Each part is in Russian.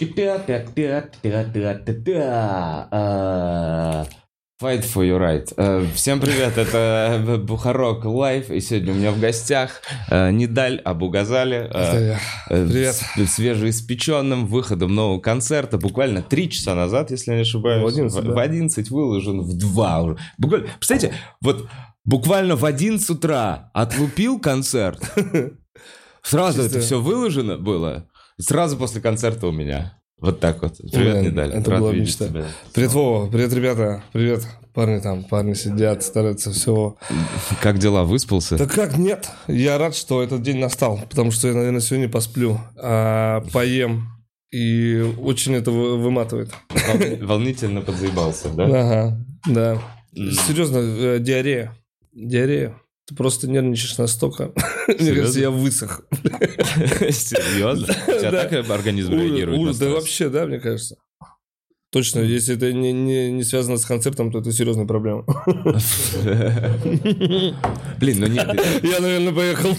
Fight for your right. Всем привет, это Бухарок Лайв, и сегодня у меня в гостях Нидаль Абу-Газали. Привет. С свежеиспеченным выходом нового концерта. Буквально 3 часа назад, если я не ошибаюсь. В 11 выложен, в 2 уже. Буквально, представляете, вот буквально в 11 утра отлупил концерт. Сразу это все выложено было. Сразу после концерта у меня. Вот так вот. Привет, Нидаль. Это рад была видеть мечта. тебя. Привет, Вова. Привет, ребята. Привет. Парни сидят, стараются все. Как дела? Выспался? Да как, нет. Я рад, что этот день настал, потому что я, наверное, сегодня посплю, поем, и очень это выматывает. Волнительно подзаебался, да? Ага, да. Серьезно, диарея. Ты просто нервничаешь настолько. Мне кажется, я высох. Серьезно? У тебя так организм реагирует на Да стресс? вообще, да, мне кажется. Точно, если это не связано с концертом, то это серьезная проблема. Блин, ну нет. Я, наверное, поехал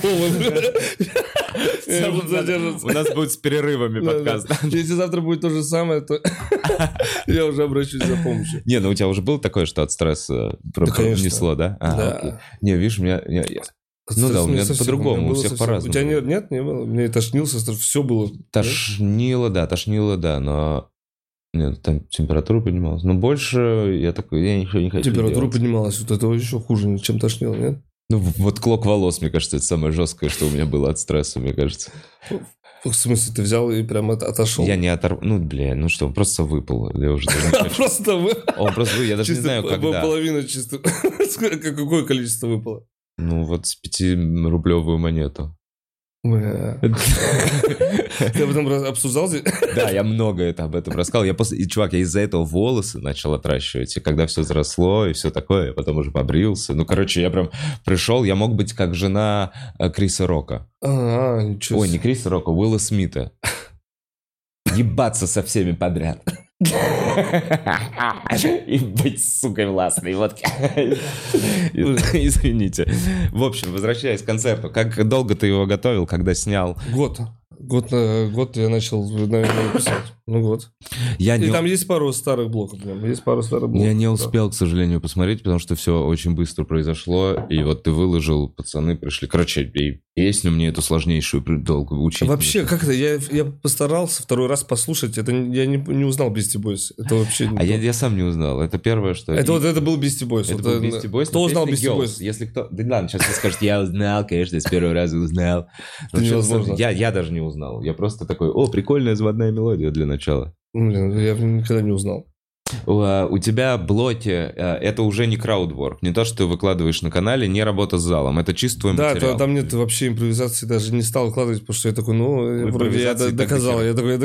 У нас будет с перерывами подкаст. Если завтра будет то же самое, то я уже обращусь за помощью. Не, ну у тебя уже было такое, что от стресса несло, да? Да. Не, видишь, у меня... Ну да, у меня по-другому, у всех по-разному. У тебя нет, не было. Мне тошнился, все было. Тошнило, да, но... Нет, там температура поднималась. Но больше я такой, я ничего не хочу Температура делать. поднималась, вот это еще хуже, чем тошнило, нет? Ну, вот клок волос, мне кажется, это самое жесткое, что у меня было от стресса, мне кажется. В смысле, ты взял и прям отошел? Я не оторвал. Ну что, он просто выпал. Я уже даже не хочу. Просто Он просто выпал, я даже не знаю, когда. Половина чисто. Какое количество выпало? Ну, вот с 5-рублевую монету. Ты об этом обсуждал здесь? Да, я много об этом рассказал. И, чувак, я из-за этого волосы начал отращивать. И когда все взросло и все такое, я потом уже побрился. Ну, короче, я прям пришел, я мог быть как жена Криса Рока. Ничего себе. Ой, не Криса Рока, Уилла Смита. Ебаться со всеми подряд. И быть сукой властной. Вот. Извините. В общем, возвращаясь к концерту. Как долго ты его готовил, когда снял? Год я начал, наверное, писать. Год. И там есть пару старых блоков. Я не успел, к сожалению, посмотреть, потому что все очень быстро произошло. И вот ты выложил, пацаны пришли. Короче, и песню мне эту сложнейшую долго учить. Вообще, как это? Я постарался второй раз послушать. Это я не узнал Beastie Boys. Это вообще не я сам не узнал. Это первое, что... Это был Beastie Boys. Это был Beastie Boys. Кто узнал Beastie Boys? Если кто... Да ладно, сейчас ты скажешь, я узнал, конечно, с первого раза узнал. Невозможно. Я даже не узнал. Я просто такой, прикольная заводная мелодия для начала. Блин, я никогда не узнал. У тебя блоки, это уже не краудворк, не то, что ты выкладываешь на канале, не работа с залом, это чисто твой материал. Да, там нет вообще импровизации, даже не стал выкладывать, потому что я такой, вроде я доказал.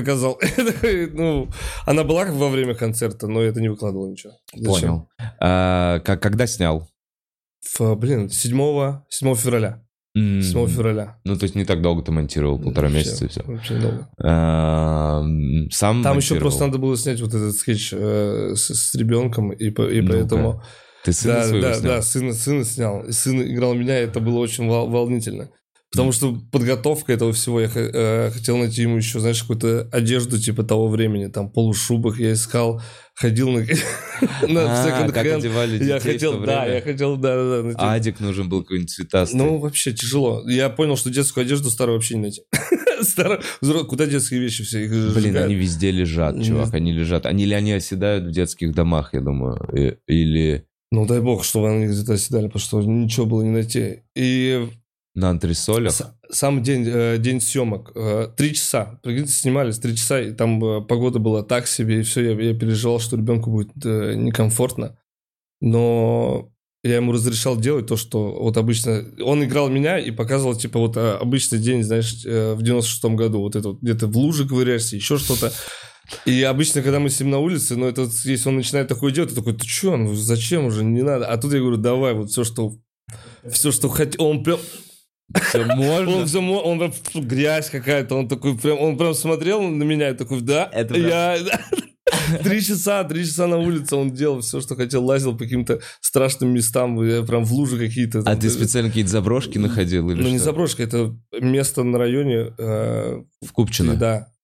Она была во время концерта, но это не выкладывал ничего. Зачем? Понял. Когда снял? 7 февраля. 7 февраля. Ну, то есть не так долго ты монтировал, 1,5 месяца и все. Вообще долго. Сам там монтировал. еще просто надо было снять вот этот скетч с ребенком, и поэтому... Ты сына своего снял? Да, сына снял. И сын играл меня, и это было очень волнительно. Потому что подготовка этого всего, я хотел найти ему еще, знаешь, какую-то одежду типа того времени, там полушубок я искал, ходил на секонд-хенд. Как одевали детей в то время? Я хотел. Адик нужен был какой-нибудь цветастый. Ну, вообще тяжело. Я понял, что детскую одежду старую вообще не найти. Куда детские вещи все? Блин, они везде лежат, чувак, они лежат. Или они оседают в детских домах, я думаю, или... Ну, дай бог, чтобы они где-то оседали, потому что ничего было не найти. И... На антресолях? Сам день съемок. 3 часа. Прикиньте, снимались 3 часа, и там погода была так себе, и все. Я переживал, что ребенку будет некомфортно. Но я ему разрешал делать то, что вот обычно... Он играл меня и показывал, типа, вот обычный день, знаешь, в 96-м году. Вот это вот где-то в луже ковыряешься, еще что-то. И обычно, когда мы с ним на улице, это вот, если он начинает такое делать, ты такой, ты что, зачем уже, не надо. А тут я говорю, давай, вот все, что хотел. Он прям... Все можно? Он прям грязь какая-то, он прям смотрел на меня и такой, да, я... 3 часа на улице он делал все, что хотел, лазил по каким-то страшным местам, прям в лужи какие-то. А ты специально какие-то заброшки находил или что? Ну, не заброшка, это место на районе... В Купчино? Да.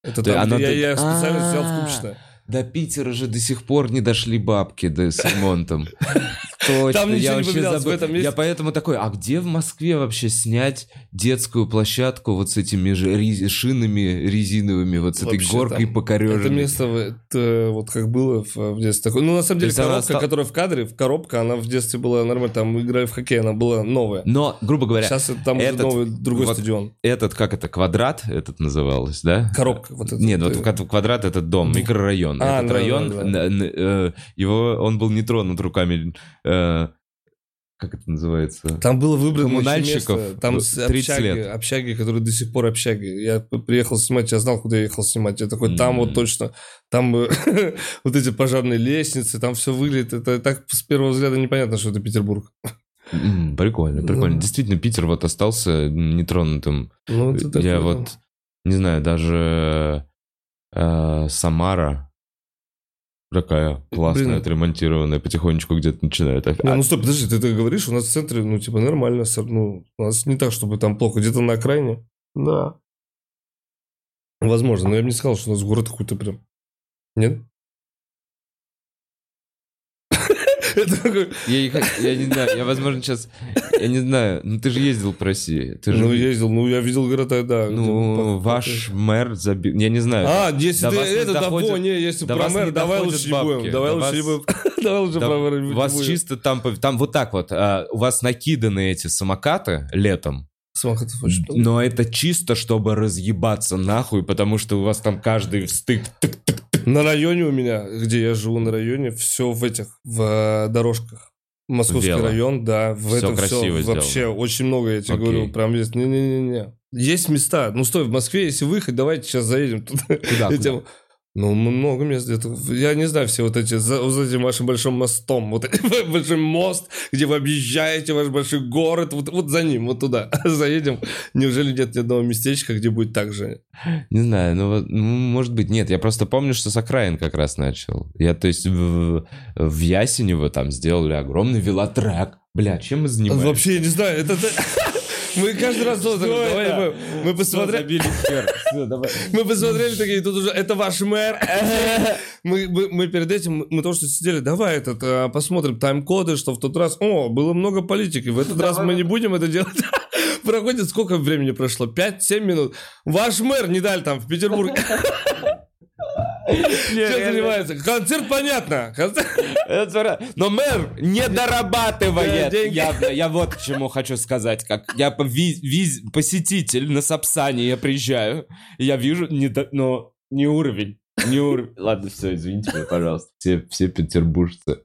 Это там, где я специально взял в Купчино. До Питера же до сих пор не дошли бабки с ремонтом. Точно, там ничего я не поменялось в этом месте. Я поэтому такой, а где в Москве вообще снять детскую площадку вот с этими же шинами резиновыми, вот с этой вообще горкой покореженной? Это место вот как было в детстве. Ну, на самом деле, коробка, которая в кадре, коробка, она в детстве была нормально, там играли в хоккей, она была новая. Но, грубо говоря, сейчас там уже новый, другой вот стадион. Этот, как это, квадрат этот называлось, да? Коробка. Вот нет, вот квадрат этот дом, микрорайон. Этот район, он был не тронут руками, как это называется? Там было выбрано коммунальщиков, место, там общаги, которые до сих пор общаги. Я приехал снимать, я знал, куда я ехал снимать. Я такой, там вот точно, там вот эти пожарные лестницы, там все выглядит. Это так с первого взгляда непонятно, что это Петербург. Прикольно. Действительно, Питер вот остался нетронутым. Я вот, не знаю, даже Самара такая классная, отремонтированная, потихонечку где-то начинает. Ну, стоп, подожди, ты говоришь, у нас в центре, нормально, у нас не так, чтобы там плохо, где-то на окраине. Да. Возможно, но я бы не сказал, что у нас город какой-то прям. Нет? Я не знаю, я, возможно, сейчас... Я не знаю, ты же ездил по России. Ездил, я видел города, да. Ваш мэр забил... Я не знаю. Если ты если про мэр, давай лучше не будем. Давай лучше про мэра не будем. У вас чисто там вот так вот, у вас накиданы эти самокаты летом. Самокатов очень много. Но это чисто, чтобы разъебаться нахуй, потому что у вас там каждый стык. На районе у меня, где я живу на районе, все в дорожках. Московский район, да, в этом все вообще очень много, я тебе говорю, прям есть. Не-не-не. Есть места. Ну, стой, в Москве, если выехать, давайте сейчас заедем туда. Куда? Ну, много мест где-то. Я не знаю, все вот эти, за этим вашим большим мостом, вот большой мост, где вы объезжаете ваш большой город, вот за ним, вот туда заедем. Неужели нет ни одного местечка, где будет так же? Не знаю, может быть, нет. Я просто помню, что с окраин как раз начал. То есть в Ясенево там сделали огромный велотрек. Бля, чем мы занимаемся? Вообще, я не знаю, это... Мы каждый раз мы посмотрели. Мы посмотрели такие, тут уже это ваш мэр. Мы перед этим, мы тоже сидели, давай посмотрим тайм-коды, что в тот раз, было много политики, в этот раз мы не будем это делать. Проходит, сколько времени прошло? 5-7 минут. Ваш мэр не дали там в Петербурге. Чем занимается? Концерт, понятно. Но мэр не дорабатывает. Явно. Я вот к чему хочу сказать. Как я посетитель на Сапсане, я приезжаю, и я вижу, но не уровень. Ладно, все, извините меня, пожалуйста. Все петербуржцы.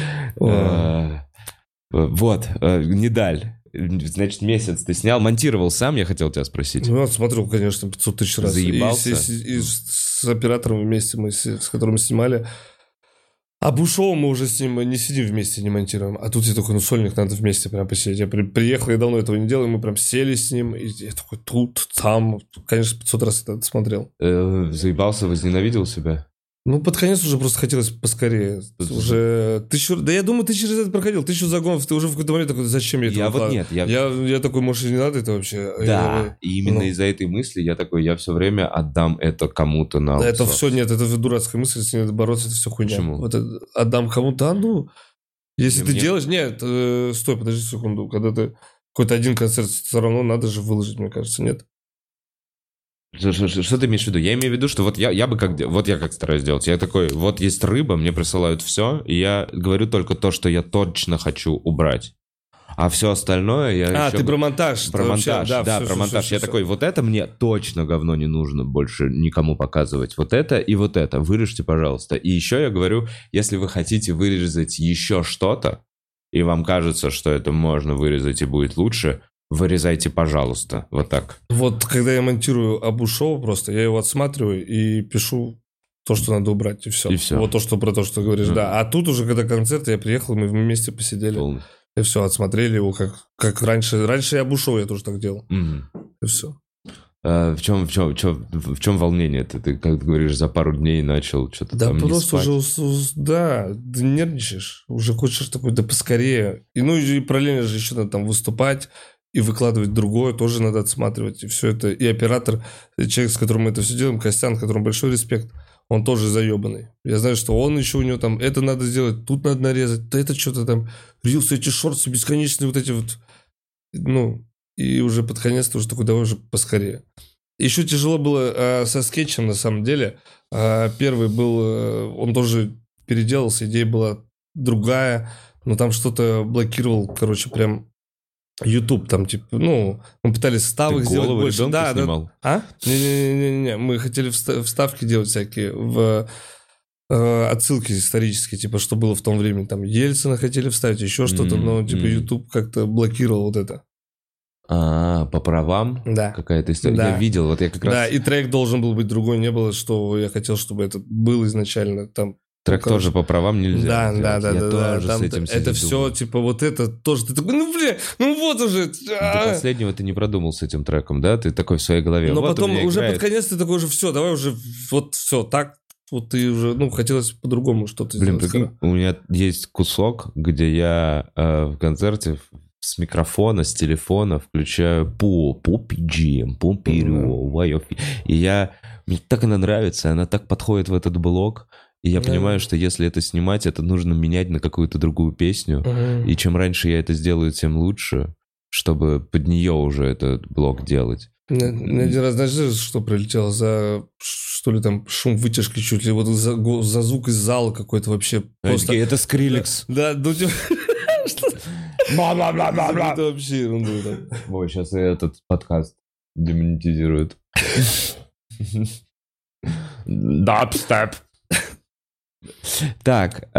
Вот, Недаль. Значит, месяц ты снял, монтировал сам, я хотел тебя спросить. Ну, смотрел, конечно, 500 тысяч раз. Заебался? И с оператором вместе, с которым мы снимали. А Бушоу мы уже с ним не сидим вместе, не монтируем. А тут я такой, сольник надо вместе прям посидеть. Я приехал, я давно этого не делал, и мы прям сели с ним. И я такой, тут, там. Конечно, 500 раз это смотрел. Заебался, возненавидел себя? Ну, под конец уже просто хотелось поскорее. Уже 1000... Да я думаю, ты через это проходил. 1000 загонов, ты уже в какой-то момент такой, зачем я это выкладываю? Вот нет. Я такой, может, и не надо это вообще? Да, и именно из-за этой мысли я такой, я все время отдам это кому-то на аутсорс. Это все, нет, это дурацкая мысль, если не бороться, это все хуйня. Почему? Вот отдам кому-то, если ты делаешь... Нет, стой, подожди секунду. Когда ты какой-то один концерт, все равно надо же выложить, мне кажется, нет? Что ты имеешь в виду? Я имею в виду, что вот я как стараюсь делать. Я такой, вот есть рыба, мне присылают все, и я говорю только то, что я точно хочу убрать. А все остальное я еще... ты про монтаж. Про монтаж, да, про монтаж. Я такой, вот это мне точно говно не нужно больше никому показывать. Вот это и вот это. Вырежьте, пожалуйста. И еще я говорю, если вы хотите вырезать еще что-то, и вам кажется, что это можно вырезать и будет лучше... Вырезайте, пожалуйста. Вот так. Вот когда я монтирую Абу-шоу просто, я его отсматриваю и пишу то, что надо убрать, и все. Вот то, что про то, что говоришь, да. А тут уже, когда концерт, я приехал, мы вместе посидели. И все, отсмотрели его, как раньше. Раньше я Абу-шоу я тоже так делал. И все. В чем волнение? Ты, как говоришь, за пару дней начал что-то там не спать? Да просто уже, ты нервничаешь. Уже хочешь такой, да поскорее. И параллельно же еще надо там выступать. и выкладывать другое тоже надо отсматривать. И все это. И оператор, человек, с которым мы это все делаем, Костян, которому большой респект, он тоже заебанный. Я знаю, что он еще у него там, это надо сделать, тут надо нарезать, да это что-то там, рилсы, эти шорты бесконечные, вот эти вот. Ну, и уже под конец уже такой, давай уже поскорее. Еще тяжело было со скетчем, на самом деле. Первый был, он тоже переделался, идея была другая, но там что-то блокировал, короче, прям YouTube, там, типа, ну, мы пытались вставок сделать больше. Да, снимал? Да. Не, мы хотели вставки делать всякие в отсылки исторические, типа, что было в том времени, там, Ельцина хотели вставить, еще что-то, но, типа, YouTube как-то блокировал вот это. По правам? Да. Какая-то история. Да. Я видел, вот я как раз... Да, и трек должен был быть другой, не было, что я хотел, чтобы это был изначально там. Трек тоже по правам нельзя. Да. Я тоже там с этим это все, думал. типа, вот это тоже. Ты такой, ну, бля, ну вот уже. До последнего ты не продумал с этим треком, да? Ты такой в своей голове. Но вот потом уже играет... под конец ты такой уже, все, давай уже, вот все, так. Вот ты уже, ну, хотелось по-другому что-то сделать. Блин, у меня есть кусок, где я в концерте с микрофона, с телефона включаю по PGM, по Перио, и мне так она нравится, она так подходит в этот блок, и я понимаю, что если это снимать, это нужно менять на какую-то другую песню, и чем раньше я это сделаю, тем лучше, чтобы под нее уже этот блок делать. Мне один раз, знаешь, что прилетело за, что ли, там, шум вытяжки чуть ли, вот за звук из зала какой-то вообще. Просто... Это Скриллекс. Да, ну, типа... Бла-бла-бла-бла-бла. Это вообще ерунда. Ой, сейчас и этот подкаст демонетизируют. Дабстеп. Так.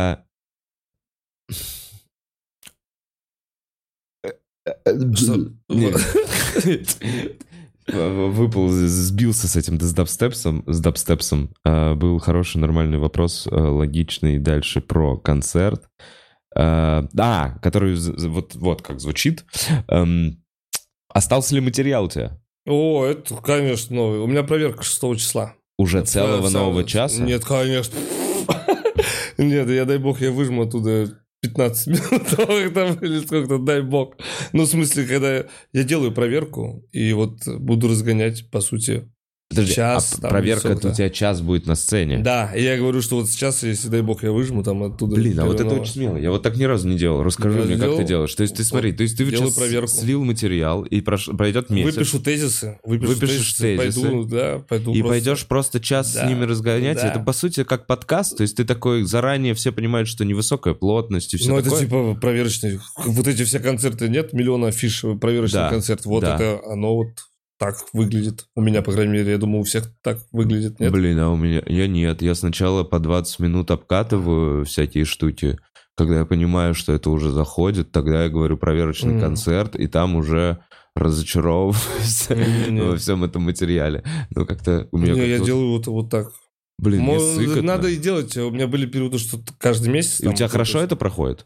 Выпал, сбился с этим с дабстепсом. Был хороший, нормальный вопрос, логичный дальше про концерт. Который вот как звучит. Остался ли материал у тебя? О, это, конечно, новый. У меня проверка 6 числа. Уже целого нового часа? Нет, конечно. Нет, дай бог, я выжму оттуда 15 минут там, или сколько-то, дай бог. Ну, в смысле, когда я делаю проверку, и вот буду разгонять, по сути, подожди, час. А проверка, это у тебя час будет на сцене? Да, и я говорю, что вот сейчас, если, дай бог, я выжму там оттуда... Блин, а вот это очень смело. Я вот так ни разу не делал. Расскажи мне, как ты делаешь. То есть ты смотри, ты сейчас слил материал, и пройдет месяц. Выпишу тезисы. Выпишешь тезисы. Пойду и пойдешь просто час с ними разгонять. Да. Это, по сути, как подкаст. То есть ты такой, заранее все понимают, что невысокая плотность и все такое. Ну, это типа проверочный. Вот эти все концерты, нет миллиона афиш, проверочный концерт. Вот это оно вот... Так выглядит. У меня, по крайней мере, я думаю, у всех так выглядит, нет? Блин, а у меня... нет. Я сначала по 20 минут обкатываю всякие штуки. Когда я понимаю, что это уже заходит, тогда я говорю проверочный концерт, и там уже разочаровываюсь во всем этом материале. Ну, как-то у меня... Я делаю вот так. Блин, мне сыкотно. Надо и делать. У меня были периоды, что каждый месяц... И у тебя хорошо это проходит?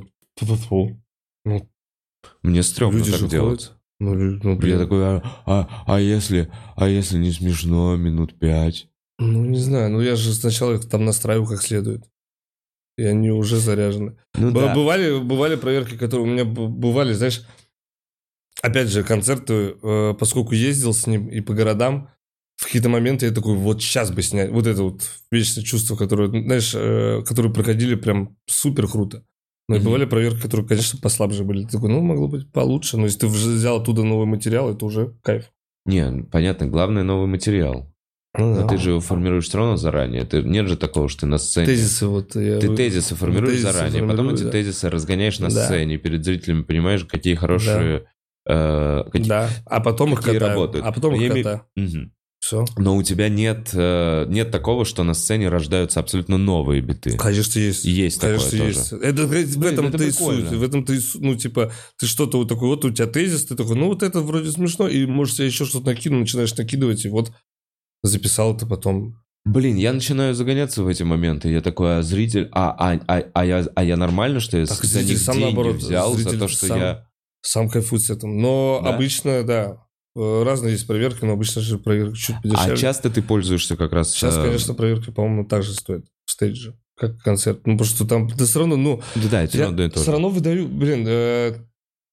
Мне стрёмно так делать. Я такой, а если не смешно, минут 5? Ну, не знаю, я же сначала их там настраиваю как следует. И они уже заряжены. Бывали проверки, которые у меня бывали, знаешь, опять же, концерты, поскольку ездил с ним и по городам, в какие-то моменты я такой, вот сейчас бы снять. Вот это вот вечное чувство, которое, знаешь, которые проходили прям супер круто. Но и бывали проверки, которые, конечно, послабже были. Ты такой, могло быть получше. Но если ты взял оттуда новый материал, это уже кайф. Не, понятно, главное новый материал. Но ты же его формируешь все равно заранее. Нет же такого, что ты на сцене... Тезисы вот... Ты тезисы формируешь заранее, потом эти тезисы разгоняешь на сцене, перед зрителями понимаешь, какие хорошие... Да, а потом их катаю. Работают. А потом их катаю. Все. Но у тебя нет такого, что на сцене рождаются абсолютно новые биты. Конечно, есть. Есть такое тоже. Есть. Это в этом-то и суть. В этом-то и суть. Ты что-то вот такой, вот у тебя тезис, ты такой, вот это вроде смешно, и можешь себе еще что-то накинуть, начинаешь накидывать, и вот записал это потом. Блин, я начинаю загоняться в эти моменты. Я такой, зритель, я нормально, что я за них деньги взял, за то, что я... Сам кайфует с этим. Но обычно, да, разные есть проверки, но обычно же проверки чуть подешевле. А часто ты пользуешься как раз... Сейчас, конечно, проверки, по-моему, так же стоят в стейдже, как концерт. Потому что там, да все равно, Да, это все равно все равно выдаю,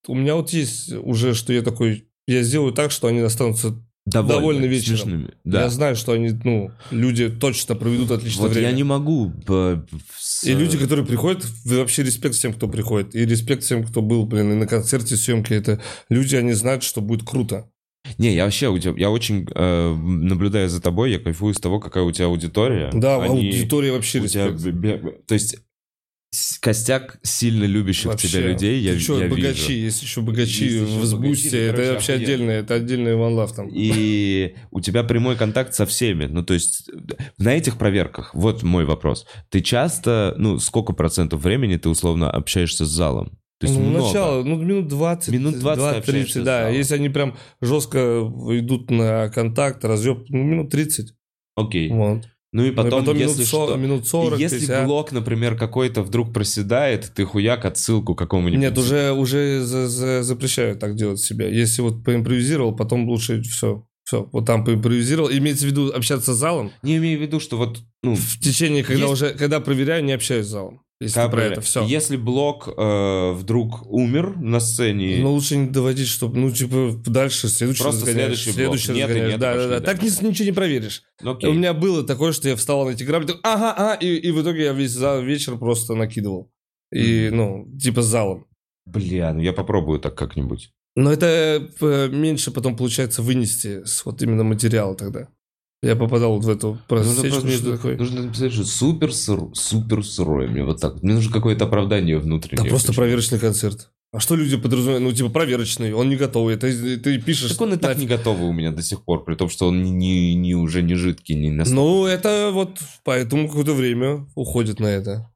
у меня вот есть уже, что я такой, я сделаю так, что они останутся довольны вечером. Смешными. Да. Я знаю, что они, люди точно проведут отличное время. Вот я не могу... И люди, которые приходят, вообще респект всем, кто приходит. И респект всем, кто был, и на концерте, съемки. Это люди, они знают, что будет круто. Не, я вообще, я очень наблюдаю за тобой, я кайфую с того, какая у тебя аудитория. Да, аудитория вообще респект. То есть... Костяк сильно любящих вообще. Тебя людей, я богачи, вижу. Есть еще богачи в Сбусте, это вообще отдельный One Love там. И у тебя прямой контакт со всеми, то есть на этих проверках, вот мой вопрос, ты часто, сколько процентов времени ты условно общаешься с залом? То есть много. Начало, минут 20. Минут 20-30, да. Если они прям жестко идут на контакт, разъеб, минут 30. Окей. Вот. И потом минут 40, если 50. блок, например, какой-то вдруг проседает, ты хуяк отсылку какому-нибудь... Нет, уже запрещают так делать себя. Если вот поимпровизировал, потом лучше все. Вот там поимпровизировал. Имеется в виду общаться с залом? Не имею в виду, что вот... в течение, когда проверяю, не общаюсь с залом. Если про это все. Если блок вдруг умер на сцене... лучше не доводить, чтобы, дальше следующий просто разгоняешь. Следующий разгоняешь. Да. Так ничего не проверишь. Окей. У меня было такое, что я вставал на эти граммы, и в итоге я весь вечер просто накидывал. И, с залом. Бля, я попробую так как-нибудь. Но это меньше потом получается вынести вот именно материала тогда. Я попадал вот в эту просечку. Нужно написать, что супер сырой. Мне вот так. Мне нужно какое-то оправдание внутреннее. Да просто проверочный концерт. А что люди подразумевают? Проверочный, он не готовый. Ты пишешь... Так он и так не готовый у меня до сих пор, при том, что он уже не жидкий, не настолько. Это вот поэтому какое-то время уходит на это.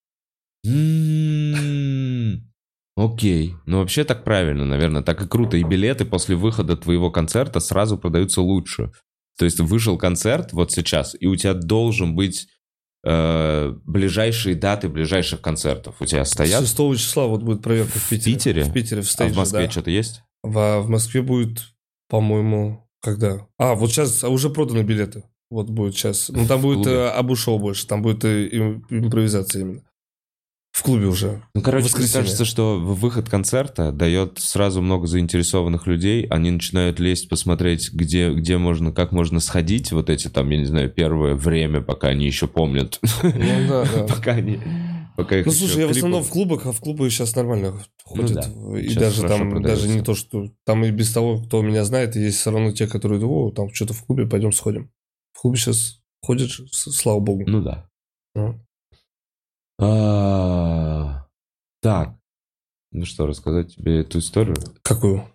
Окей. Вообще так правильно, наверное. Так и круто. И билеты после выхода твоего концерта сразу продаются лучше. То есть вышел концерт вот сейчас, и у тебя должен быть ближайшие даты ближайших концертов. У тебя стоят? 6 числа вот будет проверка в Питере. В Питере, в стейдже, в Москве что-то есть? В Москве будет, по-моему, когда? Вот сейчас уже проданы билеты. Вот будет сейчас. Там будет абу-шоу больше, там будет импровизация именно. В клубе уже. Мне кажется, что выход концерта дает сразу много заинтересованных людей. Они начинают лезть, посмотреть, где можно, как можно сходить. Вот эти там, я не знаю, первое время, пока они еще помнят. Да. Пока их слушай, я в основном в клубах, а в клубы сейчас нормально ходят. И даже там, даже не то, что... Там и без того, кто меня знает, есть все равно те, которые думают, там что-то в клубе, пойдем сходим. В клубе сейчас ходят, слава богу. Да. Так. Что, рассказать тебе эту историю? Какую?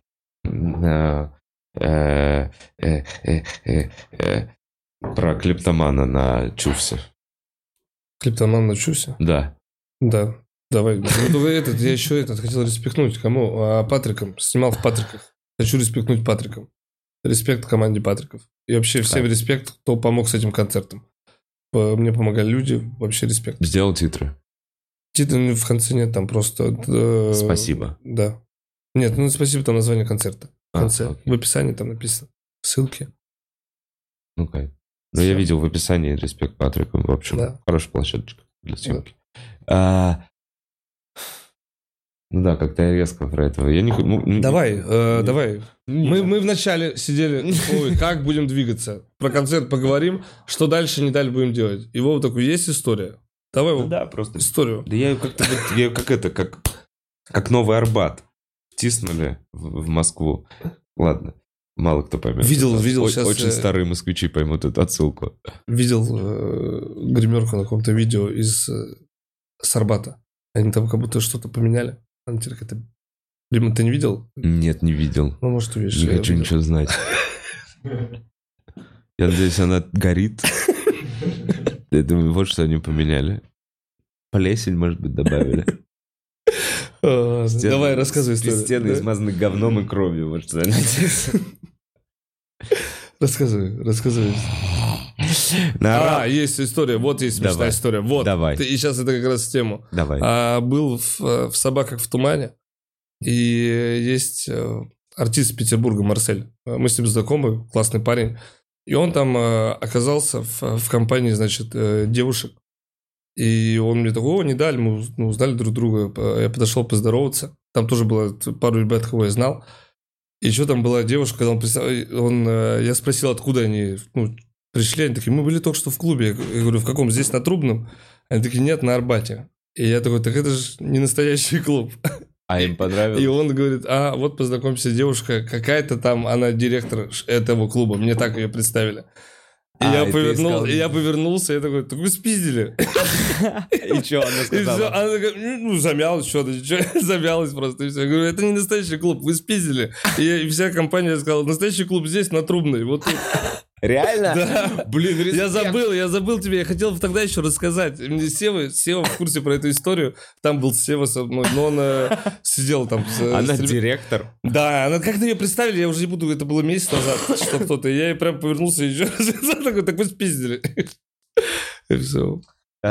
Про клептомана на Чувсе. Клептоман на Чувсе? Да. Да. Давай. Я еще хотел респектнуть. Кому? Патриком. Снимал в Патриках. Хочу респектнуть Патриком. Респект команде Патриков. И вообще всем респект, кто помог с этим концертом. Мне помогали люди. Вообще респект. Сделал титры. Титры в конце нет, там просто... Спасибо. Да. Нет, спасибо, там название концерта. В конце. В описании там написано. Ссылки. Окей. Я видел в описании респект Патрику. В общем, хорошая площадочка для съемки. Да, как-то я резко про это. Давай. Мы вначале сидели, как будем двигаться. Про концерт поговорим, что дальше, не дальше будем делать. И Вова такой, есть история? Давай просто историю. Да я как Новый Арбат втиснули в Москву. Ладно, мало кто поймет. Видел сейчас... Очень старые москвичи поймут эту отсылку. Видел гримерку на каком-то видео из Арбата. Они там как будто что-то поменяли. Она теперь какая-то... Ты не видел? Нет, не видел. Может, увидишь. Не хочу ничего знать. Я надеюсь, она горит. Я думаю, вот что они поменяли. Плесень, может быть, добавили. Давай, рассказывай историю. Стены измазаны говном и кровью. Вот что я надеюсь. Рассказывай. Есть история. Вот есть смешная история. Вот. Давай. И сейчас это как раз в тему. Давай. Был в «Собаках в тумане». И есть артист из Петербурга Марсель. Мы с ним знакомы, классный парень. И он там оказался в компании, значит, девушек. И он мне такой, не дали, мы узнали друг друга. Я подошел поздороваться. Там тоже было пару ребят, кого я знал. И еще там была девушка, я спросил, откуда они пришли. Они такие, мы были только что в клубе. Я говорю, в каком? Здесь, на Трубном? Они такие, нет, на Арбате. И я такой, так это же не настоящий клуб. А им понравилось? И он говорит, вот познакомься, девушка, какая-то там, она директор этого клуба. Мне так ее представили. И я повернулся, и такой, так вы спиздили. И что она сказала? Она такая, замялась что-то, замялась просто. И все. Я говорю, это не настоящий клуб, вы спиздили. И вся компания сказала, настоящий клуб здесь, на Трубной. Вот тут. Реально? Да. Блин, респект. Я забыл тебе, я хотел тогда еще рассказать. Сева в курсе про эту историю. Там был Сева со мной, но он сидел там. Она директор? Да, она как-то ее представили, я уже не буду, это было месяц назад, что кто-то. Я ей прям повернулся и еще раз такой, так вы спиздили. И все.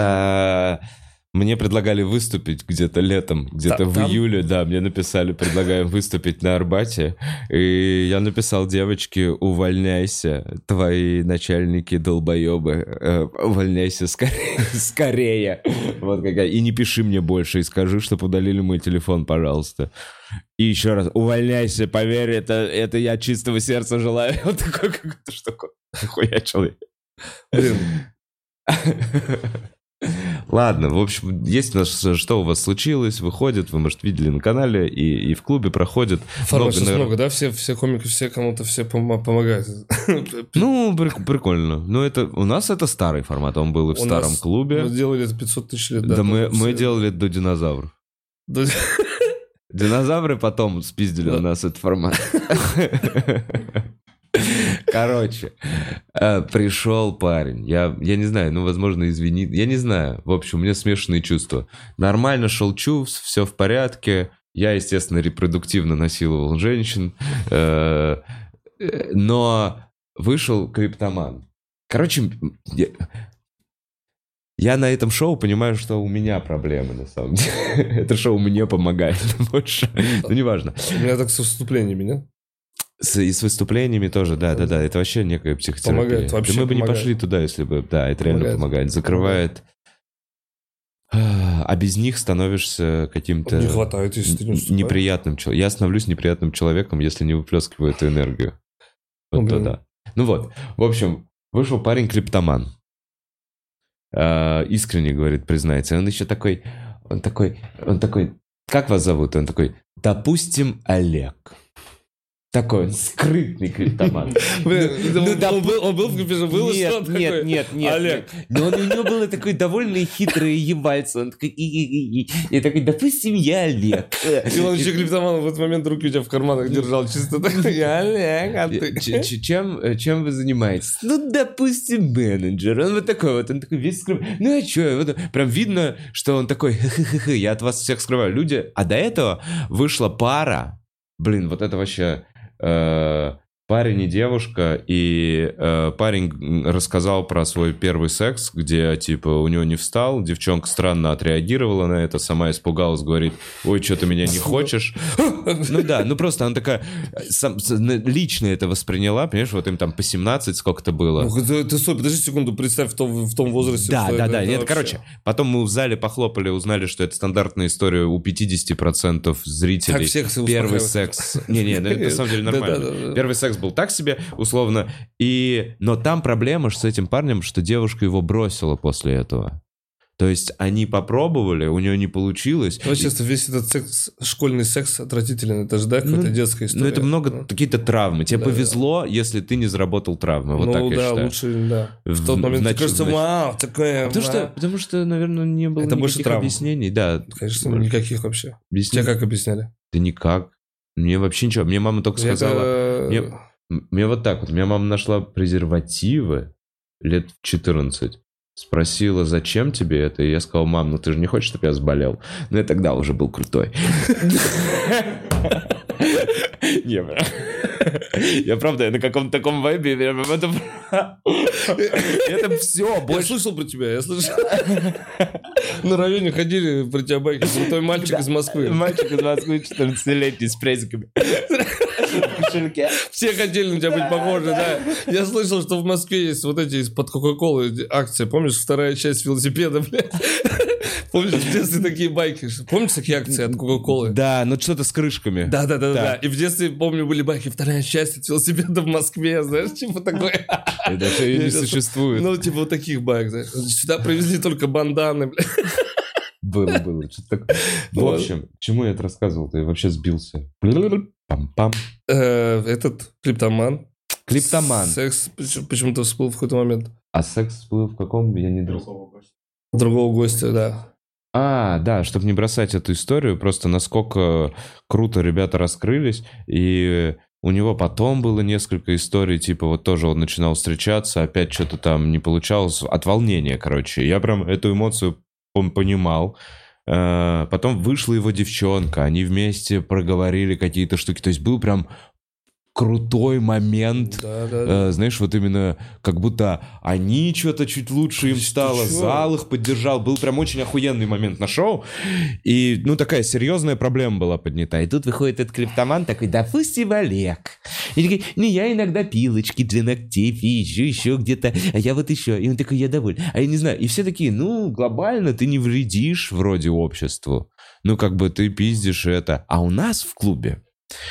Мне предлагали выступить где-то летом, где-то в июле, да, мне написали, предлагаем выступить на Арбате, и я написал девочке, увольняйся, твои начальники долбоебы, увольняйся скорее, вот какая, и не пиши мне больше, и скажи, чтобы удалили мой телефон, пожалуйста. И еще раз, увольняйся, поверь, это я чистого сердца желаю. Вот такой какой-то штука, нихуя человек. Блин. Ладно, в общем, есть у нас, что у вас случилось, выходит, вы, может, видели на канале, и в клубе проходит. Формат сейчас много, да? Все комики, все кому-то все помогают. Ну, прикольно. Ну, это у нас это старый формат, он был и в старом клубе. Мы делали это 500 тысяч лет. Да, мы делали это до динозавров. Динозавры потом спиздили у нас этот формат. Короче, пришел парень, я не знаю, возможно, извинит, я не знаю, в общем, у меня смешанные чувства. Нормально шел чувств, все в порядке, я, естественно, репродуктивно насиловал женщин, но вышел клиптоман. Короче, я на этом шоу понимаю, что у меня проблемы, на самом деле. Это шоу мне помогает больше, но неважно. У меня так со вступлениями, нет? И с выступлениями тоже, да, это вообще некая психотерапия. Помогает, вообще да мы бы помогает. не пошли туда, если бы, да, это реально помогает. Закрывает. А без них становишься каким-то не хватает, если ты не неприятным человеком. Я становлюсь неприятным человеком, если не выплескиваю эту энергию. Вот тогда. Ну вот, в общем, вышел парень клиптоман. Искренне, говорит, признается. Он еще такой, как вас зовут? Он такой, допустим, Олег. Такой он скрытный клиптоман. Он был в клипе, был что-то такое? Нет. Олег. Но у него было такое довольно хитрое ебальце. Он такой, и такой, допустим, я Олег. И он еще клиптоман в этот момент руки у тебя в карманах держал. Чисто такой, я Олег, а ты? Чем вы занимаетесь? Ну, допустим, менеджер. Он вот такой вот, он такой весь скрывает. Ну, а что? Прям видно, что он такой, я от вас всех скрываю. Люди, а до этого вышла пара. Блин, вот это вообще... парень и девушка, и парень рассказал про свой первый секс, где, типа, у него не встал, девчонка странно отреагировала на это, сама испугалась, говорит, ой, что ты меня не хочешь? Ну да, просто она такая, лично это восприняла, понимаешь, вот им там по 17 сколько-то было. Подожди секунду, представь, в том возрасте. Да, нет, короче, потом мы в зале похлопали, узнали, что это стандартная история у 50% зрителей. Первый секс. Не, это на самом деле нормально. Первый секс был так себе, условно. Но там проблема с этим парнем, что девушка его бросила после этого. То есть они попробовали, у нее не получилось. Ну, честно, весь этот секс, школьный секс отвратителен. Это же, да, какая-то детская история. Ну, это много какие-то травмы. Тебе повезло, если ты не заработал травмы. Вот так я считаю. Ну, да, лучше, да. В тот момент тебе кажется, вау, такое... Потому что, наверное, не было никаких объяснений. Да. Конечно, никаких вообще. Тебе как объясняли? Да никак. Мне вообще ничего. Мне мама только сказала... Мне вот так вот. Меня мама нашла презервативы лет в 14. Спросила, зачем тебе это? И я сказал, мам, ну ты же не хочешь, чтобы я заболел? Ну я тогда уже был крутой. Не, бля. Я правда, я на каком-то таком вайбе. Это все. Я слышал про тебя, я слышал. На районе ходили про тебя байки. Крутой мальчик из Москвы. Мальчик из Москвы, 14-летний, с презиками. Все хотели на тебя быть похожи, да. Я слышал, что в Москве есть вот эти из-под Кока-Колы акции. Помнишь, вторая часть велосипеда, блядь? Помнишь, в детстве такие байки? Помните такие акции от Кока-Колы? Да, ну что-то с крышками. Да. И в детстве, помню, были байки «Вторая часть от велосипеда в Москве», знаешь, типа такое. И даже ее не существует. Ну, типа вот таких байк, знаешь. Сюда привезли только банданы, бля. Было. В общем, к чему я это рассказывал-то? Я вообще сбился. Пам-пам. Этот клиптоман. Секс почему-то всплыл в какой-то момент. А секс всплыл в каком? Я не Другого гостя, да. Да, чтобы не бросать эту историю, просто насколько круто ребята раскрылись, и у него потом было несколько историй, типа вот тоже он начинал встречаться, опять что-то там не получалось, от волнения, короче. Я прям эту эмоцию понимал. Потом вышла его девчонка, они вместе проговорили какие-то штуки, то есть был прям крутой момент, знаешь, вот именно как будто они что-то чуть лучше им стало, зал их поддержал, был прям очень охуенный момент на шоу, и, ну, такая серьезная проблема была поднята, и тут выходит этот клиптоман такой: допустим, Олег, и такой: ну, я иногда пилочки для ногтей ищу, еще где-то, а я вот еще, и он такой: я доволен, а я не знаю, и все такие: ну, глобально ты не вредишь вроде обществу, ну, как бы ты пиздишь это, а у нас в клубе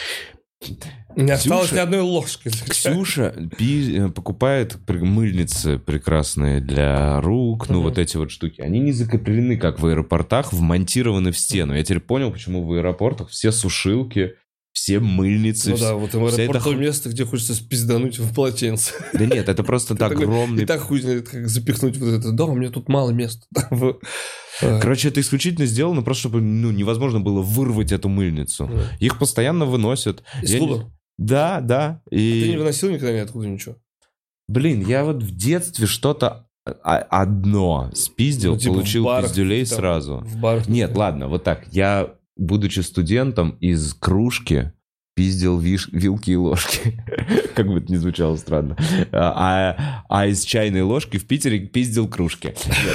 не осталось ни одной ложки. Ксюша покупает мыльницы прекрасные для рук, ну вот эти вот штуки. Они не закреплены, как в аэропортах, вмонтированы в стену. Я теперь понял, почему в аэропортах все сушилки, все мыльницы. Ну да, вот в аэропорт то место, где хочется спиздануть в полотенце. Да нет, это просто огромный... И так хуй знает, как запихнуть вот это. Да, у меня тут мало места. Короче, это исключительно сделано просто, чтобы невозможно было вырвать эту мыльницу. Их постоянно выносят. Из клуба? Да. И... Ты не выносил никогда ниоткуда ничего? Блин, я вот в детстве что-то одно спиздил, ну, типа получил пиздюлей там, сразу. В барах? Нет, ладно, вот так. Я, будучи студентом, из кружки пиздил вилки и ложки. Как бы это ни звучало странно. А из чайной ложки в Питере пиздил кружки.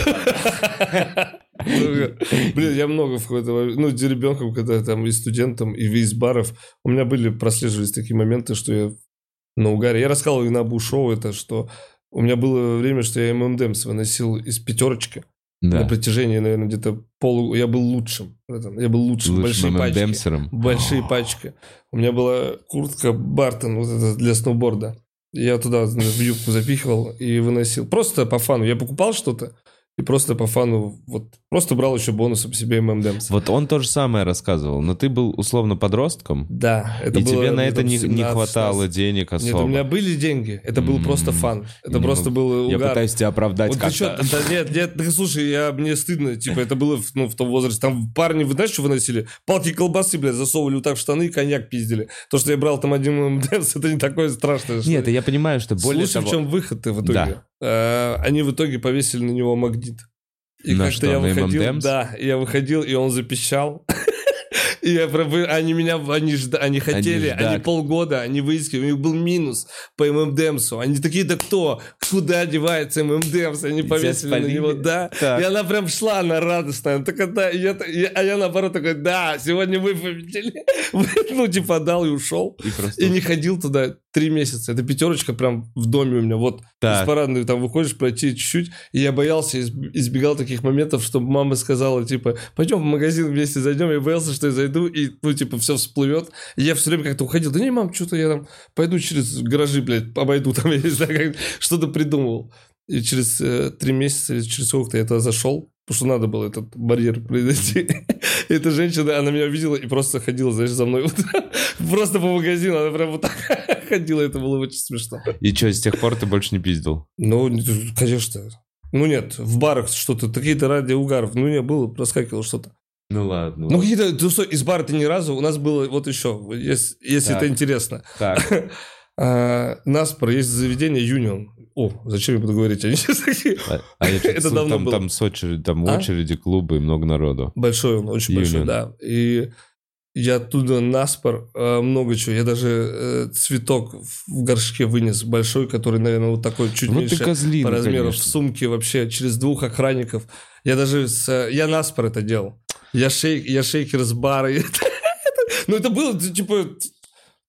Блин, я много в какой-то... Ну, ребенком, когда там и студентом, и из баров, у меня прослеживались такие моменты, что я на угаре. Я рассказывал и на Абу-шоу это, что у меня было время, что я ММДМС выносил из пятерочки. Да. На протяжении, наверное, где-то Я был лучшим. Я был лучшим. Большие пачки. Большие пачки. У меня была куртка Бартон вот эта для сноуборда. Я туда в юбку запихивал и выносил. Просто по фану. Я покупал что-то и просто по фану, вот, просто брал еще бонусом себе ММДМС. Вот он то же самое рассказывал, но ты был условно подростком. Да. Это и было, тебе на это не хватало денег особо. Нет, у меня были деньги, это был просто фан. Это просто был угар. Я пытаюсь тебя оправдать вот как-то. Нет, слушай, мне стыдно, типа, это было в том возрасте. Там парни, вы знаете, что выносили? Палки колбасы, блядь, засовывали вот так в штаны и коньяк пиздили. То, что я брал там один ММДМС, это не такое страшное. Нет, я понимаю, что более того... Слушай, в чем выход-то в итоге? Да. Они в итоге повесили на него магнит. И на как-то что, я выходил, M&M's? да, я выходил, и он запищал. И они хотели, они полгода, они выискивали, у них был минус по ММДМСу. Они такие: да кто? Куда одевается ММДМС? Они повесили на него, да. И она прям шла, она радостная. Она такая: да. А я наоборот такой: да, сегодня вы победили. Ну, типа, дал и ушел. И не ходил туда 3 месяца. Это пятерочка прям в доме у меня. Вот из парадной там выходишь, пройти чуть-чуть. И я боялся, избегал таких моментов, чтобы мама сказала, типа: пойдем в магазин вместе зайдем. Я боялся, что я зайду, и, ну, типа, все всплывет. И я все время как-то уходил. Да не, мам, что-то я там пойду через гаражи, блядь, обойду там, я не знаю, как, что-то придумывал. И через 3 месяца, или через сколько-то я тогда зашел, потому что надо было этот барьер произойти. И эта женщина, она меня увидела и просто ходила, знаешь, за мной. Просто по магазину, она прям вот так ходила, это было очень смешно. И что, с тех пор ты больше не пиздил? Ну, конечно. Ну, нет, в барах что-то, какие-то ради угаров. Ну, не было, проскакивало что-то. Ну, ладно. Ну, какие-то... Из бара-то ни разу. У нас было вот еще, если это интересно. Так. Наспор, есть заведение Union. О, зачем я буду говорить? Они сейчас такие... Это давно было. Там с очереди, там очереди, клубы и много народу. Большой он, очень большой, да. И я оттуда наспор много чего. Я даже цветок в горшке вынес большой, который, наверное, вот такой чуть меньше по размеру, в сумке вообще, через 2 охранников. Я наспор это делал. Я шейкер с бара. Ну, это было, типа...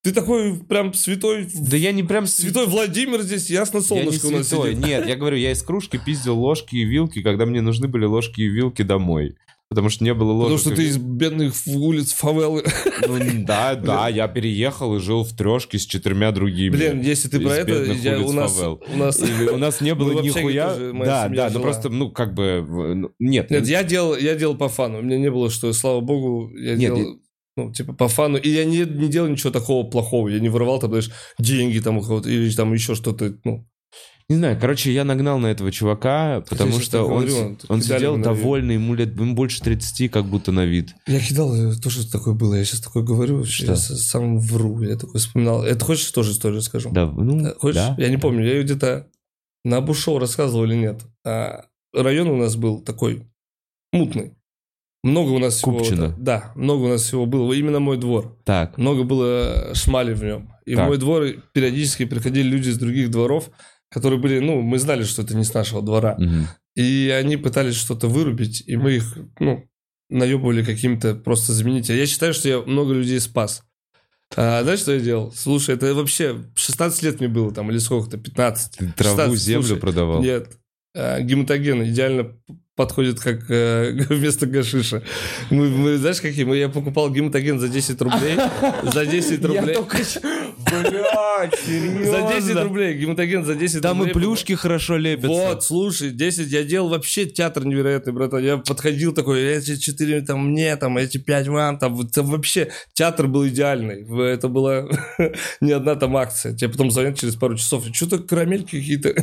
Ты такой прям святой... Да я не прям... Святой Владимир здесь, ясно, солнышко у нас сидит. Нет, я говорю, я из кружки пиздил ложки и вилки, когда мне нужны были ложки и вилки домой. Потому что не было ложек. Потому что ты из бедных улиц фавелы. Ну, да, я переехал и жил в трешке с 4 другими. Блин, если ты про это, у нас не было нихуя. Да, ну просто, ну как бы, нет. Нет, я делал по фану. У меня не было, что, слава богу, я делал... Ну, типа, по фану. И я не делал ничего такого плохого. Я не воровал, там, знаешь, деньги там у кого-то или там еще что-то, ну. Не знаю, короче, я нагнал на этого чувака, потому что он сидел довольный, ему больше 30, как будто на вид. Я кидал, тоже такое было, я сейчас такое говорю, что? Я сам вру, я такой вспоминал. Это хочешь тоже историю расскажу? Да, ну, хочешь? Да. Я не помню, я ее где-то на Абу-шоу рассказывал или нет. Район у нас был такой мутный. Много у нас Купчино. Да, много у нас всего было. Именно мой двор. Так. Много было шмали в нем. И так. в мой двор периодически приходили люди из других дворов, которые были, ну, мы знали, что это не с нашего двора. Угу. И они пытались что-то вырубить, и мы их, ну, наебывали каким-то просто заменителем. Я считаю, что я много людей спас. Знаешь, что я делал? Слушай, это вообще 16 лет мне было там, или сколько-то, 15. Ты траву, землю продавал? Нет. Гематоген идеально подходит как вместо гашиша. Мы знаешь, какие? Я покупал гематоген за 10 рублей. За 10 рублей. Я только... Блядь, серьезно? За 10 рублей. Гематоген за 10 там рублей. Там и плюшки хорошо лепятся. Вот, слушай, 10. Я делал вообще театр невероятный, братан. Я подходил такой, эти 4 там мне, там эти 5 вам. Там вообще театр был идеальный. Это была не одна там акция. Тебе потом звонят через пару часов. Что-то карамельки какие-то...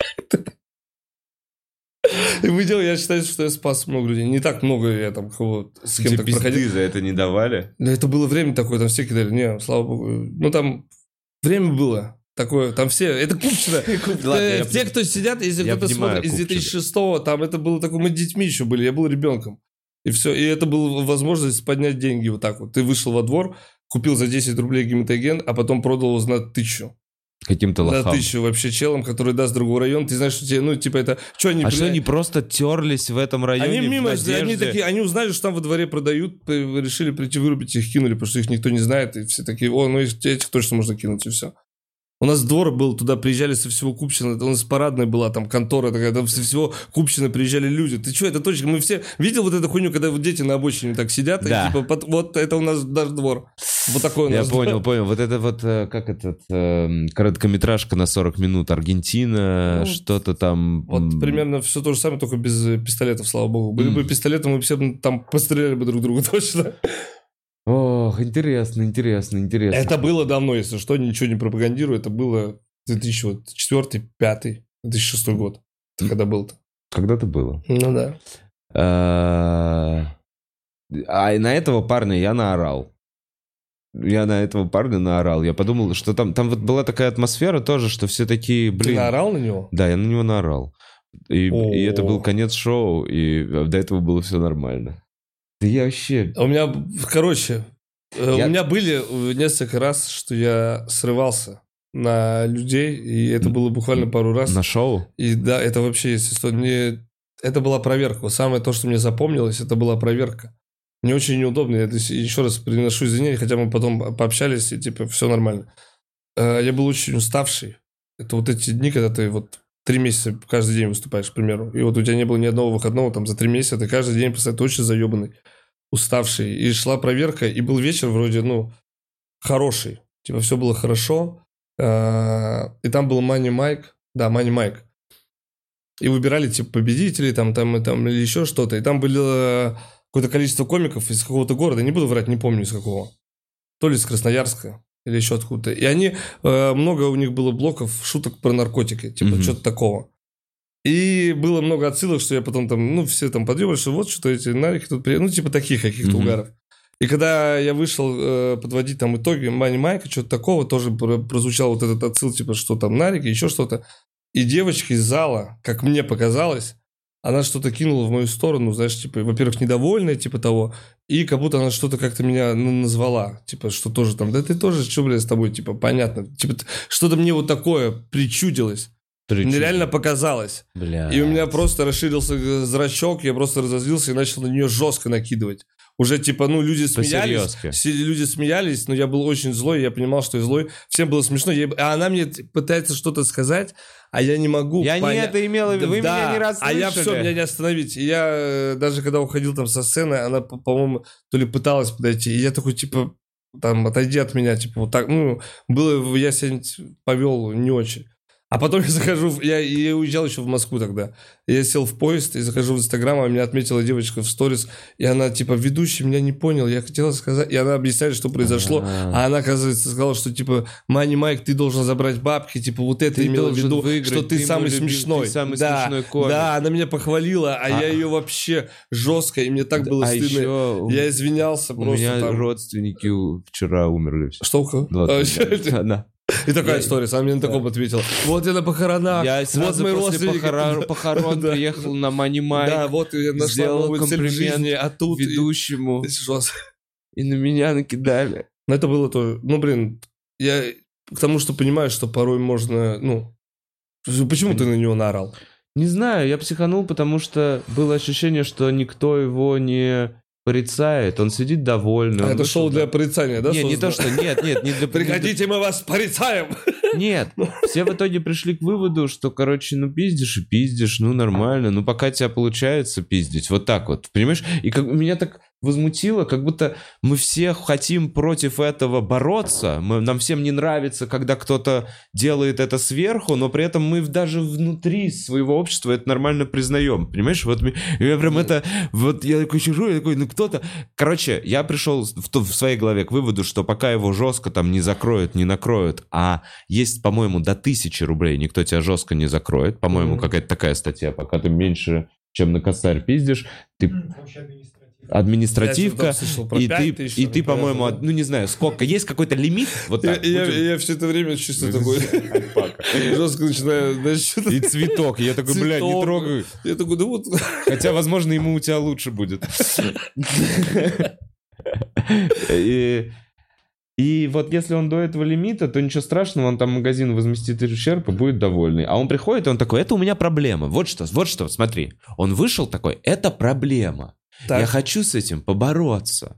И мы делали, я считаю, что я спас много людей. Не так много я там с кем-то проходил. За это не давали? Да, это было время такое, там все кидали. Не, слава богу. Ну, там время было такое, там все, это Купчино. Те, кто сидят, если кто-то смотрит из 2006-го, там это было такое, мы детьми еще были, я был ребенком. И все, и это была возможность поднять деньги вот так вот. Ты вышел во двор, купил за 10 рублей гематоген, а потом продал его за 1000. Каким-то лохам. Да, 1000 вообще челом, который даст другой район. Ты знаешь, что тебе, ну, типа это... Что они просто терлись в этом районе? Они мимо, они узнали, что там во дворе продают, решили прийти вырубить, их кинули, потому что их никто не знает, и все такие, ну этих точно можно кинуть, и все. У нас двор был, туда приезжали со всего Купчино, у нас парадная была, там контора такая, там со всего Купчино приезжали люди. Ты что, это точно? Мы все... Видел вот эту хуйню, когда вот дети на обочине так сидят, да. И типа, вот это у нас даже двор. Вот такой у нас двор. Я понял. Вот это вот, как этот, короткометражка на 40 минут, Аргентина, что-то там... Вот примерно все то же самое, только без пистолетов, слава богу. Были бы пистолеты, мы все там постреляли бы друг друга точно. Ох, интересно. Это было давно, если что, ничего не пропагандирую. Это было 2004, 2005, 2006 год. Это когда был-то? Когда-то было. Ну да. А на этого парня я наорал. Я подумал, что там вот была такая атмосфера тоже, что все такие, блин... Ты наорал на него? Да, я на него наорал. И это был конец шоу, и до этого было все нормально. Да я вообще... У меня, короче, у меня были несколько раз, что я срывался на людей, и это было буквально пару раз. На шоу? И да, это вообще, если это была проверка. Самое то, что мне запомнилось, это была проверка. Мне очень неудобно, я еще раз приношу извинения, хотя мы потом пообщались, и типа все нормально. Я был очень уставший. Это вот эти дни, когда ты вот 3 месяца каждый день выступаешь, к примеру, и вот у тебя не было ни одного выходного, там за 3 месяца ты каждый день, представляешь, ты очень заебанный, уставший. И шла проверка, и был вечер вроде, хороший. Типа все было хорошо. И там был Money Mike. Да, Money Mike. И выбирали типа победителей, там или еще что-то. И там было какое-то количество комиков из какого-то города. Не буду врать, не помню из какого. То ли из Красноярска, или еще откуда-то. И они, много у них было блоков, шуток про наркотики. Типа что-то такого. И было много отсылок, что я потом там, все там подъебали, что вот что эти нарики тут приедут, типа таких каких-то угаров. И когда я вышел подводить там итоги Money Mike, что-то такого, тоже прозвучал вот этот отсыл, типа, что там нарики, еще что-то. И девочка из зала, как мне показалось, она что-то кинула в мою сторону, знаешь, типа, во-первых, недовольная, типа того, и как будто она что-то как-то меня назвала, типа, что тоже там, да ты тоже, что, блядь, с тобой, типа, понятно, типа, что-то мне вот такое причудилось. Мне реально показалось. Бля. И у меня просто расширился зрачок, я просто разозлился и начал на нее жестко накидывать. уже, типа, ну, люди смеялись. Люди смеялись, но я был очень злой, я понимал, что я злой. Всем было смешно. А она мне пытается что-то сказать, а я не могу. Я не это имела в виду, вы меня не раз слышали. А я все, меня не остановить. И я даже когда уходил там со сцены, она, по-моему, то ли пыталась подойти, и я такой, типа, там, отойди от меня, типа, вот так, ну, было, я себя повел не очень. А потом я захожу, я уезжал еще в Москву тогда. Я сел в поезд и захожу в Инстаграм, а меня отметила девочка в сторис, и она, типа, ведущий меня не понял, я хотела сказать, и она объясняет, что произошло, а она, оказывается, сказала, что, типа, Мани Майк, ты должен забрать бабки, типа, вот это имела в виду, что ты самый смешной. Ты самый смешной комик. Да, она меня похвалила, а я ее вообще жестко, и мне так было стыдно. Еще я извинялся просто. У меня там родственники вчера умерли. Что у кого? Да. И такая история, сам мне на таком ответил. Вот я на похоронах, я сразу вот после похорон приехал на Мани Майк. Да, вот я нашла новую цель в жизни, а тут ведущему. И на меня накидали. Но это было тоже, ну, блин, я к тому, что понимаю, что порой можно, ну, почему ты на него наорал? Не знаю, я психанул, потому что было ощущение, что никто его не порицает, он сидит довольный. Это шоу для порицания, да? Нет, не то, что... Нет, не для... Приходите, мы вас порицаем! Нет, все в итоге пришли к выводу, что, короче, ну, пиздишь и пиздишь, ну, нормально, ну, пока тебя получается пиздить, вот так вот, понимаешь? И как меня так возмутило, как будто мы все хотим против этого бороться, нам всем не нравится, когда кто-то делает это сверху, но при этом мы даже внутри своего общества это нормально признаем, понимаешь? Вот я прям это, вот я такой сижу, я такой, ну кто-то... Короче, я пришел в своей голове к выводу, что пока его жестко там не закроют, не накроют, а есть, по-моему, до 1000 рублей никто тебя жестко не закроет, по-моему, какая-то такая статья, пока ты меньше, чем на косарь пиздишь, ты... Административка, и ты, по-моему, ну не знаю, сколько, есть какой-то лимит? Вот так. Я все это время чувствую такой, жестко начинаю, значит, и цветок, я такой, блядь, не трогай. Я такой, да вот. Хотя, возможно, ему у тебя лучше будет. И вот если он до этого лимита, то ничего страшного, он там магазин возместит ущерб и будет довольный. А он приходит, и он такой, это у меня проблема. Вот что, смотри. Он вышел такой, это проблема. Так. Я хочу с этим побороться.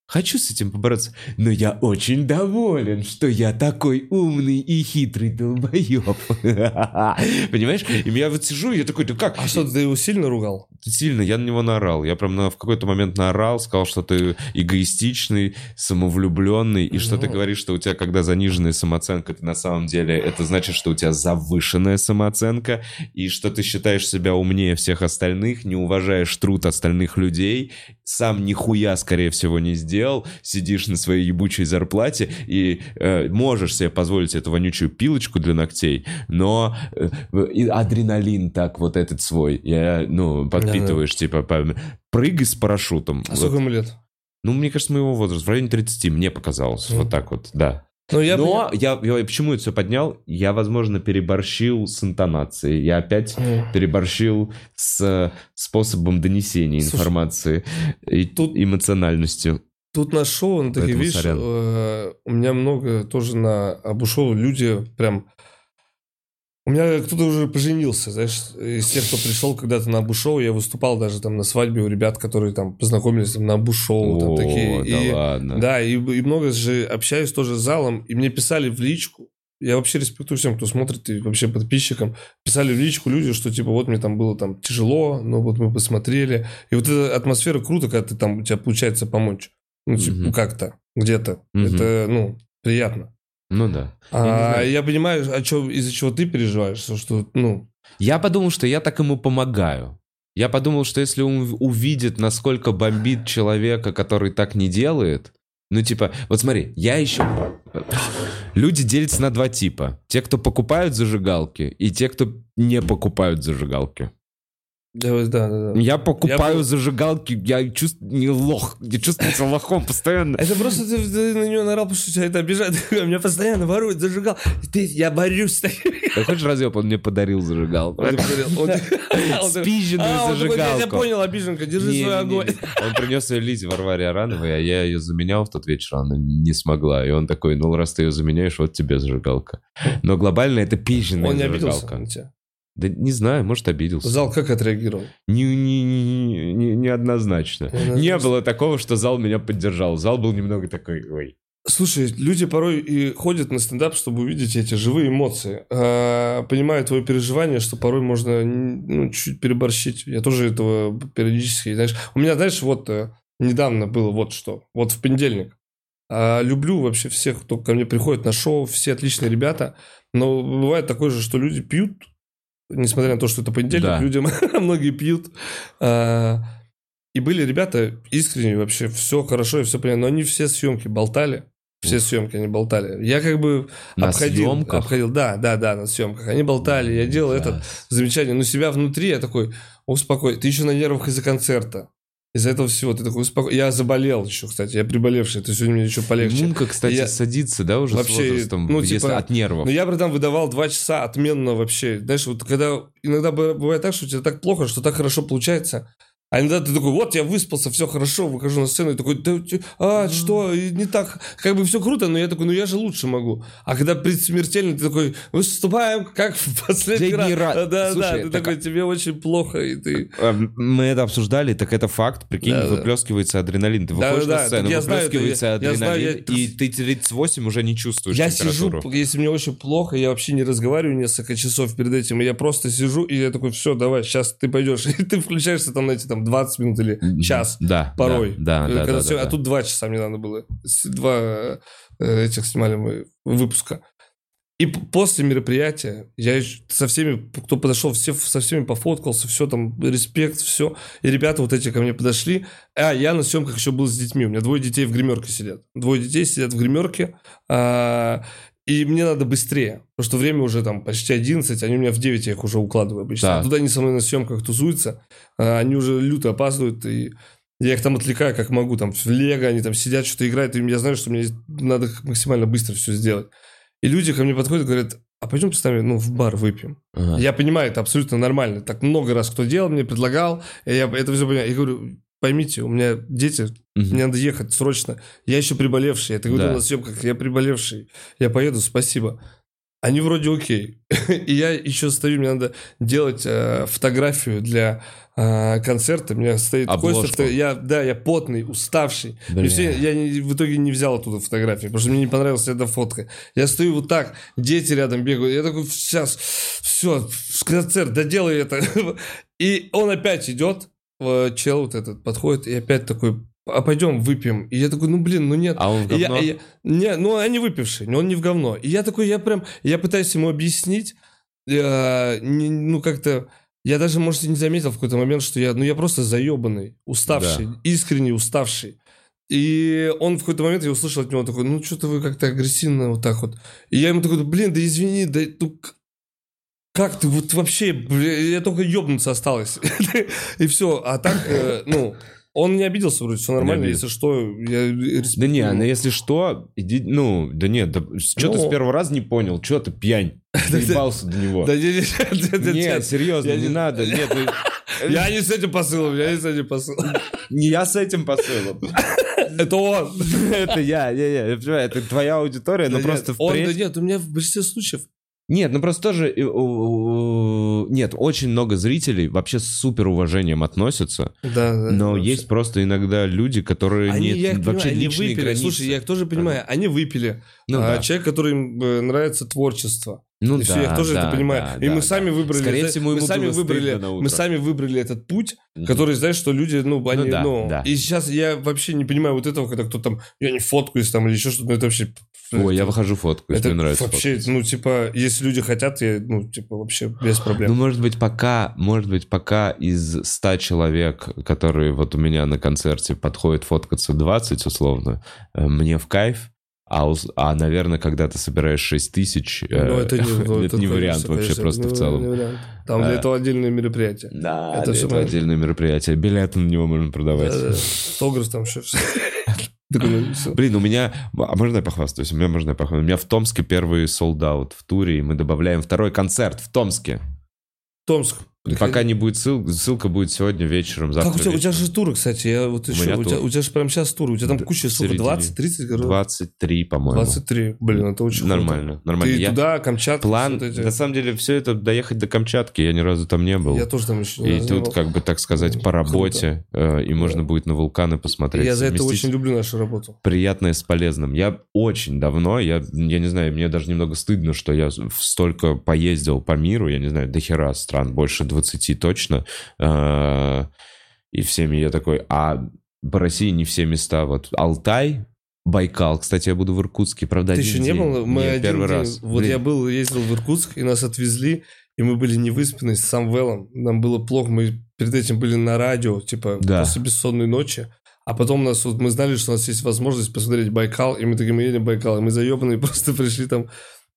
Но я очень доволен, что я такой умный и хитрый долбоеб. Понимаешь? И я вот сижу, и я такой, да как? А что, ты его сильно ругал? Сильно, я на него наорал. Я прям в какой-то момент наорал, сказал, что ты эгоистичный, самовлюбленный, и что ты говоришь, что у тебя, когда заниженная самооценка, ты на самом деле, это значит, что у тебя завышенная самооценка, и что ты считаешь себя умнее всех остальных, не уважаешь труд остальных людей, сам нихуя, скорее всего, не сделал, сидишь на своей ебучей зарплате и можешь себе позволить эту вонючую пилочку для ногтей, но и адреналин так вот этот свой, подпитываешь, типа, прыгай с парашютом. А сколько ему лет? Ну, мне кажется, моего возраста, в районе 30, мне показалось, вот так вот, да. Но я почему это все поднял? Я, возможно, переборщил с интонацией. Я опять переборщил с способом донесения информации и эмоциональностью. Тут на шоу, на таких, видишь, у меня много тоже на обушоу люди прям... У меня кто-то уже поженился, знаешь, из тех, кто пришел когда-то на Абу-шоу, я выступал даже там на свадьбе у ребят, которые там познакомились там, на Абу-шоу, там такие. Да ладно. Да, и много же общаюсь тоже с залом, и мне писали в личку, я вообще респектую всем, кто смотрит, и вообще подписчикам, писали в личку люди, что типа вот мне там было там тяжело, но вот мы посмотрели, и вот эта атмосфера круто, когда ты там, у тебя получается помочь, ну типа как-то, где-то, это, приятно. Ну да. Я понимаю, из-за чего ты переживаешь, что, Я подумал, что я так ему помогаю. Я подумал, что если он увидит, насколько бомбит человека, который так не делает... Ну, типа, вот смотри, Люди делятся на два типа. Те, кто покупают зажигалки, и те, кто не покупают зажигалки. Да. Я покупаю зажигалки, я чувствую себя лохом постоянно. Это просто ты на него наорал, потому что тебя это обижает. Меня постоянно воруют зажигалки. Я борюсь с таким. Ты хочешь разве он мне подарил зажигалку? Спизженную зажигалку. Я понял, обиженка, держи свой огонь. Он принес ее Лизе Варваре Арановой, а я ее заменял в тот вечер, она не смогла. И он такой, раз ты ее заменяешь, вот тебе зажигалка. Но глобально это пизженная зажигалка. Он не обиделся на тебя? Да не знаю, может, обиделся. Зал как отреагировал? Неоднозначно. Не было такого, что зал меня поддержал. Зал был немного такой, ой. Слушай, люди порой и ходят на стендап, чтобы увидеть эти живые эмоции. Понимаю твое переживание, что порой можно чуть переборщить. Я тоже этого периодически, знаешь. У меня, знаешь, вот недавно было вот что. Вот в понедельник. Люблю вообще всех, кто ко мне приходит на шоу. Все отличные ребята. Но бывает такое же, что люди пьют. Несмотря на то, что это понедельник, да. Людям многие пьют. И были ребята искренне вообще. Все хорошо и все понятно. Но они все съемки болтали. Все съемки они болтали. Я как бы обходил, да, на съемках. Они болтали, я делал это замечание. Но себя внутри я такой, успокой. Ты еще на нервах из-за концерта. Из-за этого всего ты такой успокой. Я заболел еще, кстати, я приболевший. Это сегодня мне еще полегче. Иммунка, кстати, садится, да, уже вообще, с возрастом, если от нервов. Ну, я, братан, выдавал 2 часа отменно вообще. Знаешь, вот когда иногда бывает так, что у тебя так плохо, что так хорошо получается. А иногда ты такой, вот, я выспался, все хорошо, выхожу на сцену и такой, что, не так, как бы все круто, но я такой, я же лучше могу. А когда предсмертельно, ты такой, выступаем, как в последний раз. Да, слушай, ты такой, тебе очень плохо, и ты... Мы это обсуждали, так это факт, прикинь, выплескивается адреналин. Ты выходишь на сцену, выплескивается адреналин, и ты 38 уже не чувствуешь температуру. Я сижу, если мне очень плохо, я вообще не разговариваю несколько часов перед этим, и я просто сижу, и я такой, все, давай, сейчас ты пойдешь, и ты включаешься там на эти 20 минут или час порой. Да. А тут 2 часа мне надо было. 2 этих снимали мы выпуска. И после мероприятия я со всеми, кто подошел, со всеми пофоткался, все там, респект, все. И ребята вот эти ко мне подошли. Я на съемках еще был с детьми. У меня 2 детей в гримерке сидят. 2 детей сидят в гримерке. И мне надо быстрее, потому что время уже там почти 11, они у меня в 9, я их уже укладываю обычно. Да. Туда они со мной на съемках тусуются, они уже люто опаздывают, и я их там отвлекаю как могу, там в лего они там сидят, что-то играют, и я знаю, что мне надо максимально быстро все сделать. И люди ко мне подходят и говорят, а пойдем с нами в бар выпьем. Ага. Я понимаю, это абсолютно нормально, так много раз кто делал, мне предлагал, я это все понимаю. Я говорю, поймите, у меня дети, мне надо ехать срочно. Я еще приболевший. Я так говорю на съемках, я приболевший. Я поеду, спасибо. Они вроде окей. И я еще стою, мне надо делать фотографию для концерта. У меня стоит Костя. Я потный, уставший. Я в итоге не взял оттуда фотографии, потому что мне не понравилась эта фотка. Я стою вот так, дети рядом бегают. Я такой, сейчас, все, концерт, доделай это. И он опять идет. Чел вот этот подходит и опять такой, а пойдем выпьем. И я такой, нет. А он в говно? Они выпившие, но он не в говно. И я такой, я пытаюсь ему объяснить, как-то, я даже, может, и не заметил в какой-то момент, что я просто заебанный, уставший, искренне уставший. И он в какой-то момент, я услышал от него такой, что-то вы как-то агрессивно вот так вот. И я ему такой, да извини, как ты вот вообще, я только ёбнуться осталось. И все. А так, он не обиделся вроде, все нормально. Если что, я респектую. Да не, если что, иди, что ты с первого раза не понял, что ты пьянь, заебался до него. Да нет, серьезно, не надо, нет. Я не с этим посылом, Не я с этим посылом. Это он. Это я, это твоя аудитория, но просто впредь. Нет, у меня в большинстве случаев. Нет, просто тоже... Нет, очень много зрителей вообще с супер уважением относятся. Но вообще. Есть просто иногда люди, которые вообще личные границы. Слушай, я их тоже понимаю. Они выпили. Человек, которым нравится творчество. Я их тоже это понимаю. И мы сами выбрали... Скорее всего, мы сами выбрали этот путь, который, знаешь, что люди, они... И сейчас я вообще не понимаю вот этого, когда кто там... Я не фоткаюсь там или еще что-то, это вообще... Ой, я выхожу фоткаюсь, мне нравится вообще, если люди хотят, я, вообще без проблем. Может быть, пока из 100 человек, которые вот у меня на концерте подходят фоткаться 20, условно, мне в кайф, наверное, когда ты собираешь 6 тысяч, это не вариант вообще, просто в целом. Там для этого отдельное мероприятие. Да, для этого отдельное мероприятие. Билеты на него можно продавать. Автограф там все. Блин, у меня... можно я похвастаюсь? У меня в Томске первый sold out в туре, и мы добавляем 2-й концерт в Томске. Томск. Пока не будет ссылка будет сегодня вечером, завтра как у тебя же туры, кстати. У тебя же прям сейчас туры. У тебя там куча, сколько, 20-30 городов? 23, по-моему. 23. Блин, это очень нормально. круто. Ты туда, Камчатка. План, на самом деле, все это доехать до Камчатки. Я ни разу там не был. Я тоже там еще не был. И тут, как бы, так сказать, по работе. И можно будет на вулканы посмотреть. Я за это очень люблю нашу работу. Приятное с полезным. Я очень давно, я не знаю, мне даже немного стыдно, что я столько поездил по миру. Я не знаю, до хера стран, больше 20 точно. И всеми я такой... А по России не все места. Вот Алтай, Байкал. Кстати, я буду в Иркутске. Правда, ты еще не был? Мы один первый раз. Вот я ездил в Иркутск, и нас отвезли, и мы были невыспанные с Самвелом. Нам было плохо. Мы перед этим были на радио, типа, после бессонной ночи. А потом мы знали, что у нас есть возможность посмотреть Байкал, и мы такие, мы едем в Байкал. И мы заебанные просто пришли там...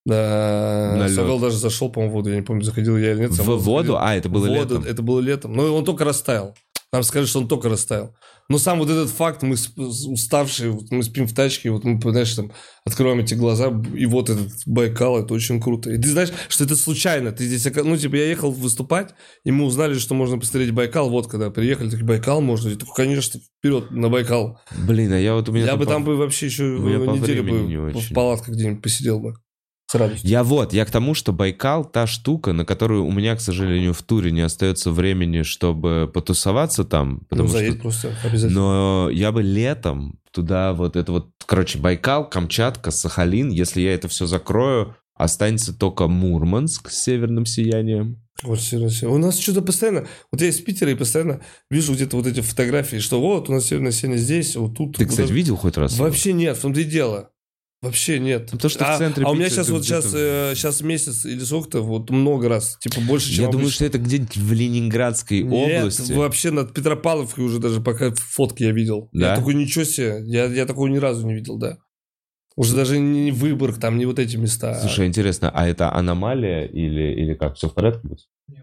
Савел даже зашел, по-моему, в воду, я не помню, заходил я или нет. В воду? Это было летом? Это было летом. Но он только растаял. Нам сказали, что он только растаял. Но сам вот этот факт, мы уставшие, мы спим в тачке, вот мы, знаешь, там, открываем эти глаза, и вот этот Байкал, это очень круто. И ты знаешь, что это случайно. Ты здесь, я ехал выступать, и мы узнали, что можно посмотреть Байкал. Вот, когда приехали, такие, Байкал можно? Я такой, конечно, вперед на Байкал. Блин, а у меня... Я бы там вообще еще неделю бы в палатках где-нибудь посидел бы. Я к тому, что Байкал та штука, на которую у меня, к сожалению, в туре не остается времени, чтобы потусоваться там. Заедь просто обязательно. Но я бы летом туда Байкал, Камчатка, Сахалин, если я это все закрою, останется только Мурманск с северным сиянием. Вот серьезно. У нас что-то постоянно... Вот я из Питера и постоянно вижу где-то вот эти фотографии, что вот у нас северное сияние здесь, вот тут. Ты, кстати, видел хоть раз? Вообще нет, в том-то и дело. Вообще нет. Потому что в центре у меня сейчас месяц или сколько-то, вот много раз, типа больше, чем я думаю, что это где-нибудь в Ленинградской области. Вообще над Петропавловкой уже даже пока фотки я видел. Да? Я такой, ничего себе, я такого ни разу не видел, да. Уже даже не Выборг, там не вот эти места. Слушай, интересно, а это аномалия или как? Все в порядке будет? Нет.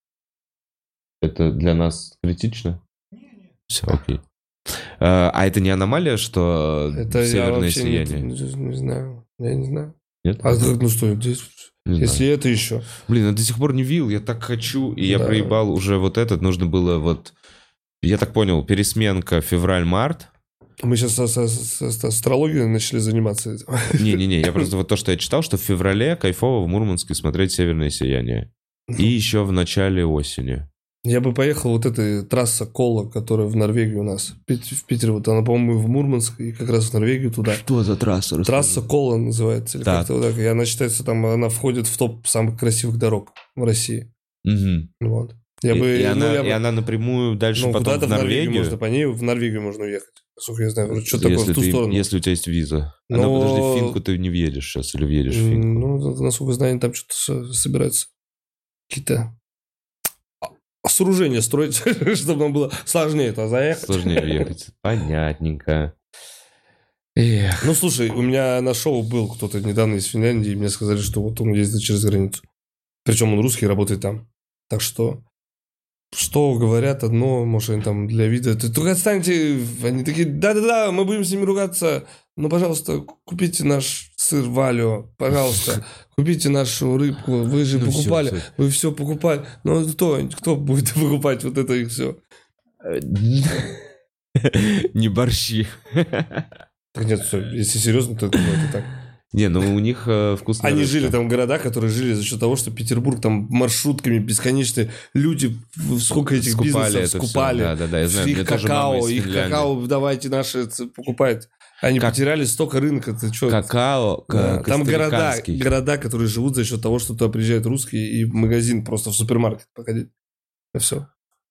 Это для нас критично? Нет. Все, окей. А это не аномалия, что это северное сияние? Не знаю. Я не знаю. Нет? Что здесь? Если это еще. Блин, я до сих пор не видел, я так хочу. И я проебал уже вот этот. Нужно было я так понял, пересменка февраль-март. Мы сейчас с астрологией начали заниматься. Не-не-не, я просто то, что я читал, что в феврале кайфово в Мурманске смотреть северное сияние. И еще в начале осени. Я бы поехал, вот эта трасса Кола, которая в Норвегии у нас. В Питере, вот она, по-моему, в Мурманск и как раз в Норвегию туда. Что за трасса? Трасса Кола называется. Или как-то вот так. И она считается, там, она входит в топ самых красивых дорог в России. Угу. Вот. И она напрямую дальше потом в Норвегию? Можно, по ней в Норвегию можно уехать. Насколько я знаю, что такое в ту сторону. Если у тебя есть виза. Подожди, в Финку ты не въедешь сейчас или въедешь в Финку? Ну, насколько я знаю, там что-то собираются. Какие-то сооружение строить, чтобы нам было сложнее это заехать. Сложнее въехать. Понятненько. Эх. Ну, слушай, у меня на шоу был кто-то недавно из Финляндии, и мне сказали, что вот он ездит через границу. Причем он русский, работает там. Так что говорят одно, может, они там для вида. Только отстаньте. Они такие, да-да-да, мы будем с ними ругаться. Но, пожалуйста, купите наш сыр Валио, пожалуйста. Купите нашу рыбку. Вы же покупали. Все. Вы все покупали. Но кто будет покупать вот это и все? Не борщи. Так нет, если серьезно, то это так. Не, ну у них вкусно. Они жили там в городах, которые жили за счет того, что Петербург там маршрутками бесконечные. Люди сколько этих бизнесов скупали. Да, я знаю. Их какао, давайте наши покупать. Они потеряли столько рынка. Ты что? Какао, там города, которые живут за счет того, что туда приезжают русские и в магазин просто в супермаркет походить. И все.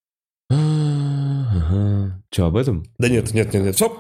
Че, об этом? Да нет. Все.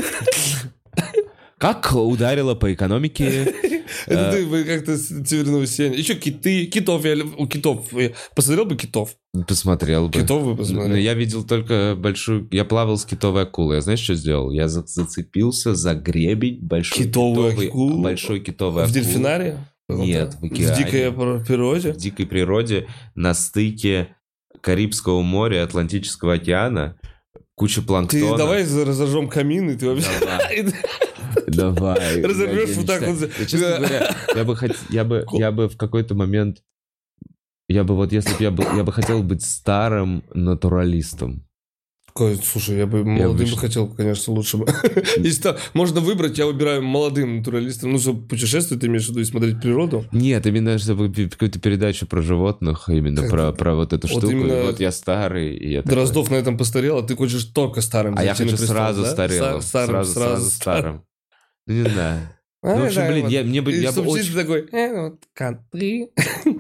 Как ударило по экономике? Это ты как-то северного сияния. Еще китов. У китов. Посмотрел бы китов? Посмотрел бы. Китов бы посмотрел. Я видел только большую... Я плавал с китовой акулой. Я знаешь, что сделал? Я зацепился за гребень большой китовой акулы. В дельфинарии? Нет, в океане. В дикой природе? В дикой природе на стыке Карибского моря и Атлантического океана. Куча планктона. Ты давай разожжем камин, и ты вообще... Давай. Разорвешь вот так вот. Честно говоря, я бы в какой-то момент Я бы вот, если бы я бы хотел быть старым натуралистом. Слушай, я бы молодым хотел, конечно, лучше бы. Если можно выбрать, я выбираю молодым натуралистом. Ну, чтобы путешествовать, ты имеешь в виду, и смотреть природу? Нет, именно чтобы какую-то передачу про животных, именно про вот эту штуку. И вот я старый. И я Дроздов такой... на этом постарел, а ты хочешь только старым. А я хочу сразу старым. Сразу старым. Ну, не знаю. Ну, в общем, блин, я бы очень... такой, вот коты.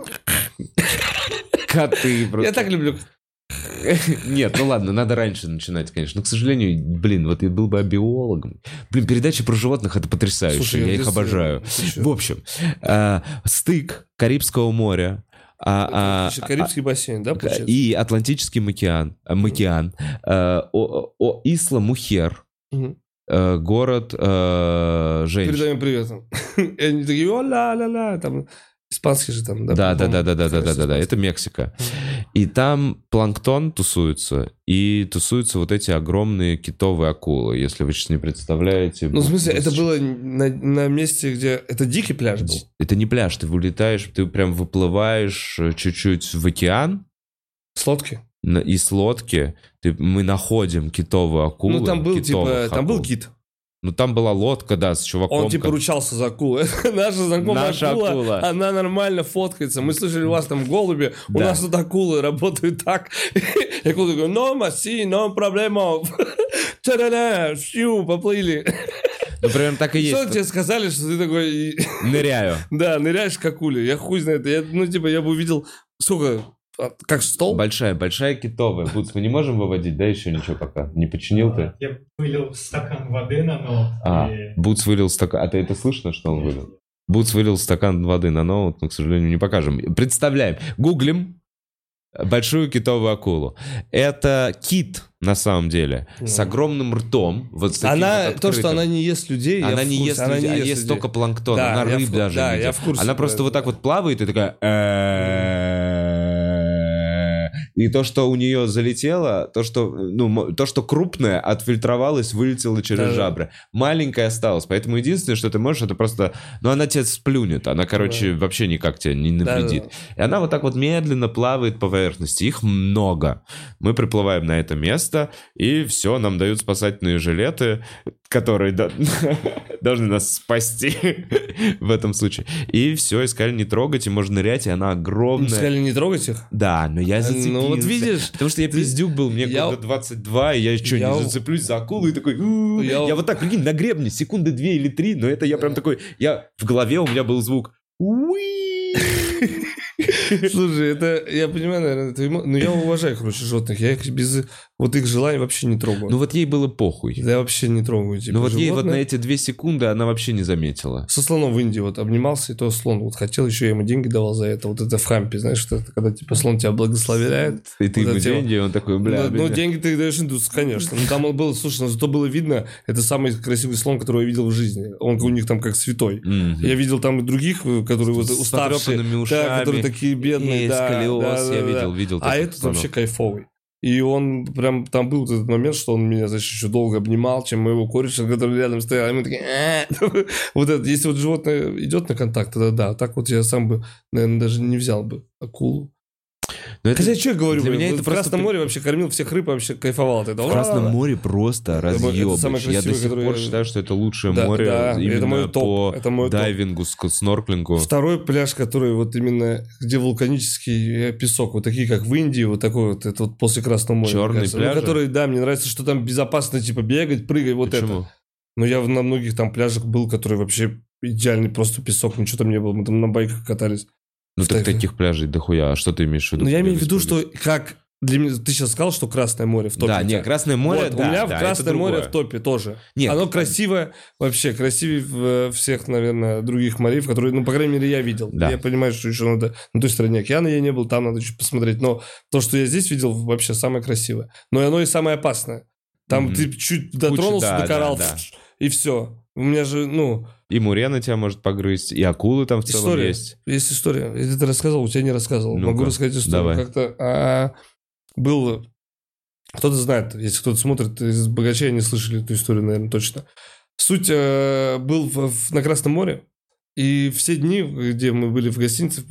Коты просто. Я так люблю. Нет, ну ладно, надо раньше начинать, конечно. Но, к сожалению, блин, вот я был бы биологом. Блин, передачи про животных — это потрясающе. Слушай, я их обожаю. В общем, стык Карибского моря, Карибский бассейн, да, получается? И Атлантический океан, Исла-Мухер, город женщин. Передаем привет. И они такие, о-ла-ла-ла, там... Испанский же там, да? Да, это Мексика. И там планктон тусуется, и тусуются вот эти огромные китовые акулы, если вы сейчас не представляете. Ну, в смысле, это было на месте, где... Это дикий пляж был? Это не пляж, ты вылетаешь, ты прям выплываешь чуть-чуть в океан. С лодки? И с лодки мы находим китовые акулы. Ну, там был, там был кит. Ну, там была лодка, да, с чуваком. Он, ручался за акулу. Наша знакомая акула, она нормально фоткается. Мы слышали, у вас там голуби, у нас тут акулы работают так. И акула такой, no, маси, no проблема. Та-да-да, поплыли. Ну, примерно так и есть. Что тебе сказали, что ты такой... Ныряю. Да, ныряешь к акуле. Я хуй знает. Я бы увидел... Сколько... Как стол? Большая китовая. Бутс, мы не можем выводить, да, еще ничего пока? Не починил ты? Я вылил стакан воды на ноут. Бутс вылил стакан... А ты это слышно, что он вылил? Бутс вылил стакан воды на ноут, но, к сожалению, не покажем. Представляем. Гуглим большую китовую акулу. Это кит, на самом деле, с огромным ртом. Вот с она, то, что она не ест людей, она не ест людей, она ест только планктон, да, она рыб даже не едит. Я в курсе. Она просто вот так вот плавает и такая... И то, что у нее залетело, то, что крупное отфильтровалось, вылетело через жабры. Маленькое осталось. Поэтому единственное, что ты можешь, это просто... Ну, она тебя сплюнет. Она, вообще никак тебя не навредит. И она вот так вот медленно плавает по поверхности. Их много. Мы приплываем на это место, и все, нам дают спасательные жилеты, которые должны нас спасти в этом случае. И все, искали не трогать, и можно нырять, и она огромная. Искали не трогать их? Да, но я зацепился. Ну вот видишь. Потому что я пиздюк был, мне года 22, и я не зацеплюсь за акулу, и такой... Я вот так, прикинь, на гребне, секунды 2 или 3, но это я прям такой... В голове у меня был звук... Слушай, это, я понимаю, наверное, но я уважаю, животных, я их без вот их желаний вообще не трогаю. Ну вот ей было похуй. Да, я вообще не трогаю. Ну вот ей вот на эти 2 секунды она вообще не заметила. Со слоном в Индии вот обнимался, и то слон вот хотел, еще я ему деньги давал за это. Вот это в хампе, знаешь, что это, когда слон тебя благословляет. И ты ему деньги, он такой, бля. Ну, деньги ты даешь индусу, конечно. Ну, там он был, слушай, зато было видно, это самый красивый слон, которого я видел в жизни. Он у них там как святой. Я видел там и других, которые вот уставшие, да, которые такие бедные. Сколиоз, я видел. А этот вообще кайфовый. И он прям, там был этот момент, что он меня, значит, еще долго обнимал, чем моего кореша, который рядом стоял. И мы такие... Вот это, если вот животное идет на контакт, тогда да. Так вот я сам бы, наверное, даже не взял бы акулу. Хотя, что я говорю, для меня это в Красном море вообще кормил всех рыб, вообще кайфовал от этого. В Красном море просто разъебыч. Я до сих пор считаю, что это лучшее море именно по дайвингу, снорклингу. Второй пляж, который вот именно, где вулканический песок, вот такие, как в Индии, вот такой вот, это вот после Красного моря. Черный пляж? Который, да, мне нравится, что там безопасно, типа, бегать, прыгать, вот Почему? это. Но я на многих там пляжах был, которые вообще идеальный просто песок, ничего там не было, мы там на байках катались. Ну, так таких пляжей дохуя. А что ты имеешь в виду? Ну, я имею в виду, что как... Для меня, ты сейчас сказал, что Красное море в топе. Да, нет, Красное море, вот, у меня Красное море в топе тоже. Нет, оно красивое, вообще красивее всех, наверное, других морей, которые, ну, по крайней мере, я видел. Да. Я понимаю, что еще надо... На той стороне океана я не был, там надо еще посмотреть. Но то, что я здесь видел, вообще самое красивое. Но оно и самое опасное. Там ты чуть дотронулся до кораллов, и все. У меня же, ну... И мурена тебя может погрызть, и акулы там в целом есть. Есть история. Я это рассказывал, у тебя не рассказывал. Ну-ка, могу рассказать историю. Давай. Как-то был... Кто-то знает, если кто-то смотрит из богачей, не слышали эту историю, наверное, точно. Суть был на Красном море, и все дни, где мы были в гостинице, было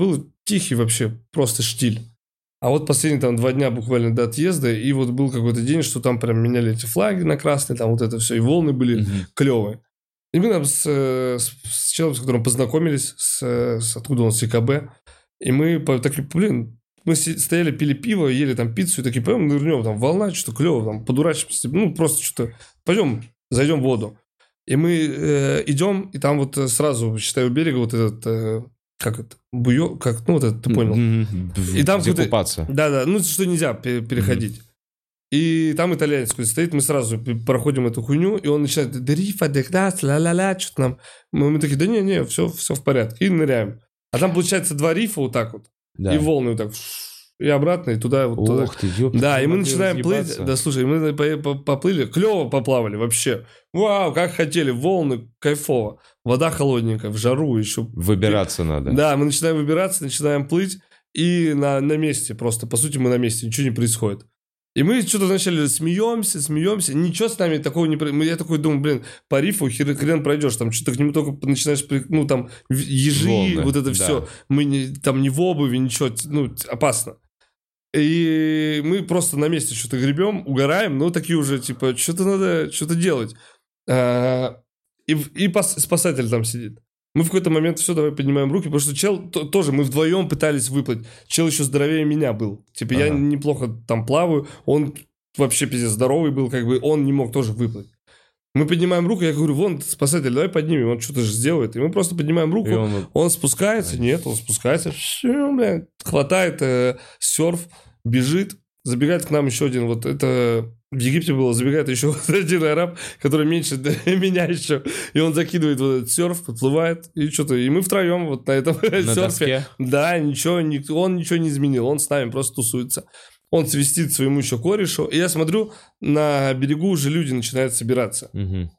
тихий вообще, просто штиль. А вот последние там 2 дня буквально до отъезда, и вот был какой-то день, что там прям меняли эти флаги на красный, там вот это все, и волны были клевые. И мы там с человеком, с которым познакомились, откуда он, с ЕКБ, и мы такие, блин, мы стояли, пили пиво, ели там пиццу, и такие, пойдем нырнем, там волна, что-то клево, там подурачимся, ну, просто что-то, пойдем, зайдем в воду. И мы идем, и там вот сразу, считай, у берега вот этот... Как это? Как, ну, вот это, ты понял. И там где купаться. Да, ну, что нельзя переходить. И там итальянец какой-то стоит, мы сразу проходим эту хуйню, и он начинает «Дерифа, дехдас, ла-ла-ла», что-то нам. Мы такие, да не, все в порядке. И ныряем. А там, получается, 2 рифа вот так вот. Да. И волны вот так. И обратно, и туда, вот туда. Ох ты, ёпта. Да, и мы начинаем плыть. Да, слушай, мы поплыли, клево поплавали вообще. Вау, как хотели, волны, кайфово. Вода холодненькая, в жару еще. Выбираться надо. Да, мы начинаем выбираться, начинаем плыть, и на месте просто. По сути, мы на месте, ничего не происходит. И мы что-то вначале смеемся, ничего с нами такого не происходит. Я такой думаю, блин, по рифу хрен пройдешь, там что-то к нему только начинаешь, ну там, ежи, волны, вот это да. Все. Мы там не в обуви, ничего, ну, опасно. И мы просто на месте что-то гребем, угораем, но такие уже, типа, что-то надо, что-то делать. И спасатель там сидит. Мы в какой-то момент все, давай поднимаем руки, потому что чел тоже, мы вдвоем пытались выплыть. Чел еще здоровее меня был. Типа, я неплохо там плаваю, он вообще пиздец здоровый был, как бы, он не мог тоже выплыть. Мы поднимаем руку, я говорю, вон, спасатель, давай поднимем, он что-то же сделает. И мы просто поднимаем руку, он спускается, нет, он спускается, хватает серф, бежит, забегает к нам еще один, вот это в Египте было, забегает еще один араб, который меньше меня еще, и он закидывает вот этот серф, подплывает, и что-то, и мы втроем вот на этом серфе. Доске? Да, он ничего не изменил, он с нами просто тусуется. Он свистит своему еще корешу, и я смотрю, на берегу уже люди начинают собираться.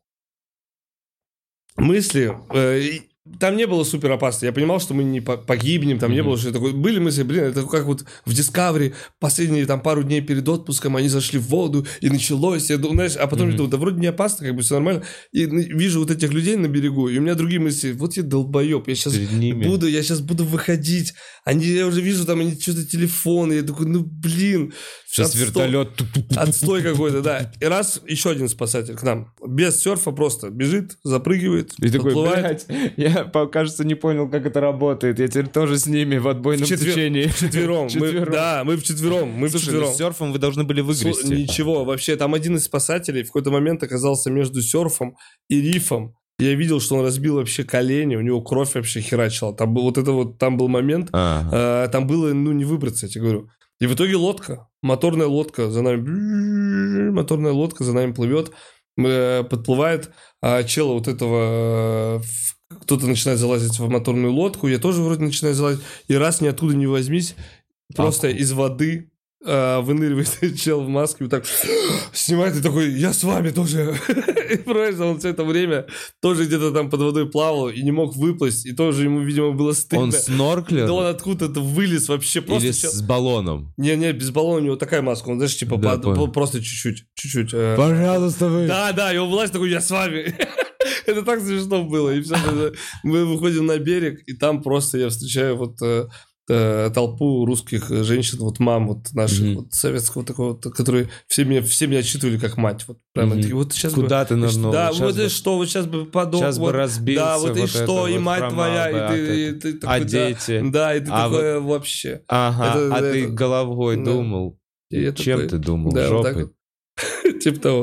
Мысли... Там не было супер опасно. Я понимал, что мы не погибнем, там не было что-то такое. Были мысли, блин, это как вот в Discovery последние там пару дней перед отпуском они зашли в воду, и началось, я думаю, знаешь, а потом думаю, да вроде не опасно, как бы все нормально. И вижу вот этих людей на берегу, и у меня другие мысли, вот я долбоеб, я сейчас буду выходить. Я уже вижу, там они что-то телефоны, я такой, ну блин. Сейчас вертолет. Отстой какой-то, да. И раз еще один спасатель к нам, без серфа просто бежит, запрыгивает, и такой, блядь, я, кажется, не понял, как это работает. Я теперь тоже с ними в отбойном течении. Вчетвером. Мы вчетвером. Слушай, с серфом вы должны были выгрести. Ничего, вообще, там один из спасателей в какой-то момент оказался между серфом и рифом. Я видел, что он разбил вообще колени, у него кровь вообще херачила. Там был там был момент, там было, не выбраться, я тебе говорю. И в итоге моторная лодка за нами плывет, подплывает, а чела вот этого... Кто-то начинает залазить в моторную лодку, я тоже вроде начинаю залазить, и раз ни оттуда не возьмись, просто из воды выныривает чел в маске, вот так снимает и такой, я с вами тоже. И просто он все это время тоже где-то там под водой плавал и не мог выплыть, и тоже ему, видимо, было стыдно. Он снорклер? Да он откуда-то вылез вообще. Просто или с баллоном? Не, без баллона у него такая маска, он, знаешь, типа просто чуть-чуть. Пожалуйста, вы. Да, и он вылазит такой, я с вами. Это так смешно было. И все, мы выходим на берег, и там просто я встречаю вот толпу русских женщин, вот мам вот наших, вот советского такого, которые все меня отчитывали как мать. Вот прямо такие, вот сейчас куда бы... ты нырнул? Да, вот и что, вот сейчас бы подох. Сейчас бы разбился. Да, вот и что, и мать твоя, и ты такой... А дети? Да, и ты такой вообще. Ага, ты головой думал. Чем ты думал? Жопой? Типа того.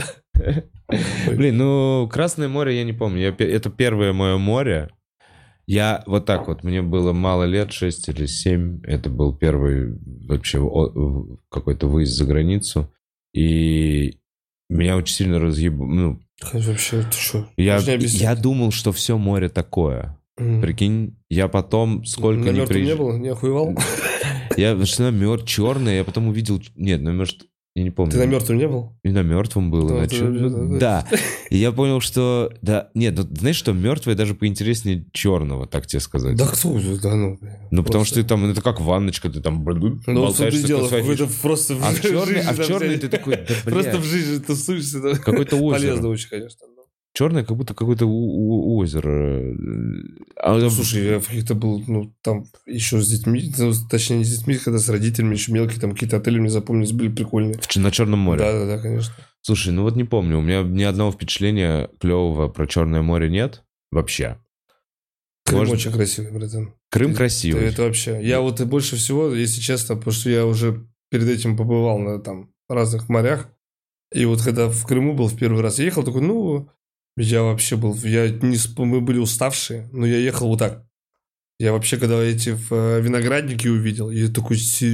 Блин, Красное море я не помню. Это первое мое море. Я вот так вот, мне было мало лет, 6 или 7. Это был первый вообще какой-то выезд за границу. И меня очень сильно разъебало. Вообще, ты что? Я думал, что все море такое. Прикинь, я потом сколько не приезжал. На мертвом не было? Не охуевал? Я что черное, я потом увидел... Нет, может... Я не помню. Ты на мертвом не был? И на мертвом был. Да. И я понял, что... Да. Нет, знаешь что, мертвое даже поинтереснее черного, так тебе сказать. Да кто же? Да ну, потому что ты там, это как ванночка, ты там болтаешься. Это просто в черный ты такой... Просто в жизни тусуешься. Какой-то озеро. Полезно очень, конечно. Черное, как будто какое-то озеро. Слушай, я в каких-то был, там еще с детьми, точнее, не с детьми, когда с родителями еще мелкие, там какие-то отели, мне запомнились, были прикольные. На Черном море? Да, конечно. Слушай, вот не помню, у меня ни одного впечатления клевого про Черное море нет вообще. Крым очень красивый, братан. Крым красивый. Это вообще. Я вот и больше всего, если честно, потому что я уже перед этим побывал на там разных морях, и вот когда в Крыму был в первый раз, я ехал такой, я вообще был, мы были уставшие, но я ехал вот так. Я вообще, когда эти виноградники увидел, я такой,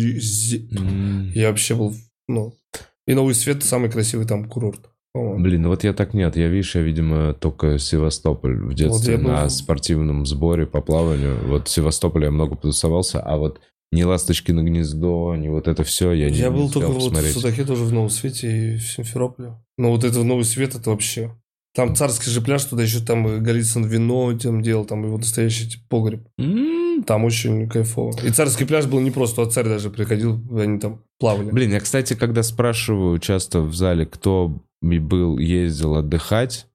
я вообще был, и Новый Свет самый красивый там курорт. Блин, вот я так нет. Я, видимо, только Севастополь в детстве на спортивном сборе по плаванию. Вот в Севастополе я много потусовался, а вот ни «Ласточкино гнездо», ни вот это все я не Я был только посмотреть. в Судаке тоже в Новом Свете и в Симферополе. Но вот это Новый Свет, это вообще... Там царский же пляж, туда еще там Голицын вино там делал, там его настоящий погреб. Там очень кайфово. И царский пляж был не просто, а царь даже приходил, они там плавали. Блин, я, кстати, когда спрашиваю часто в зале, кто ездил отдыхать,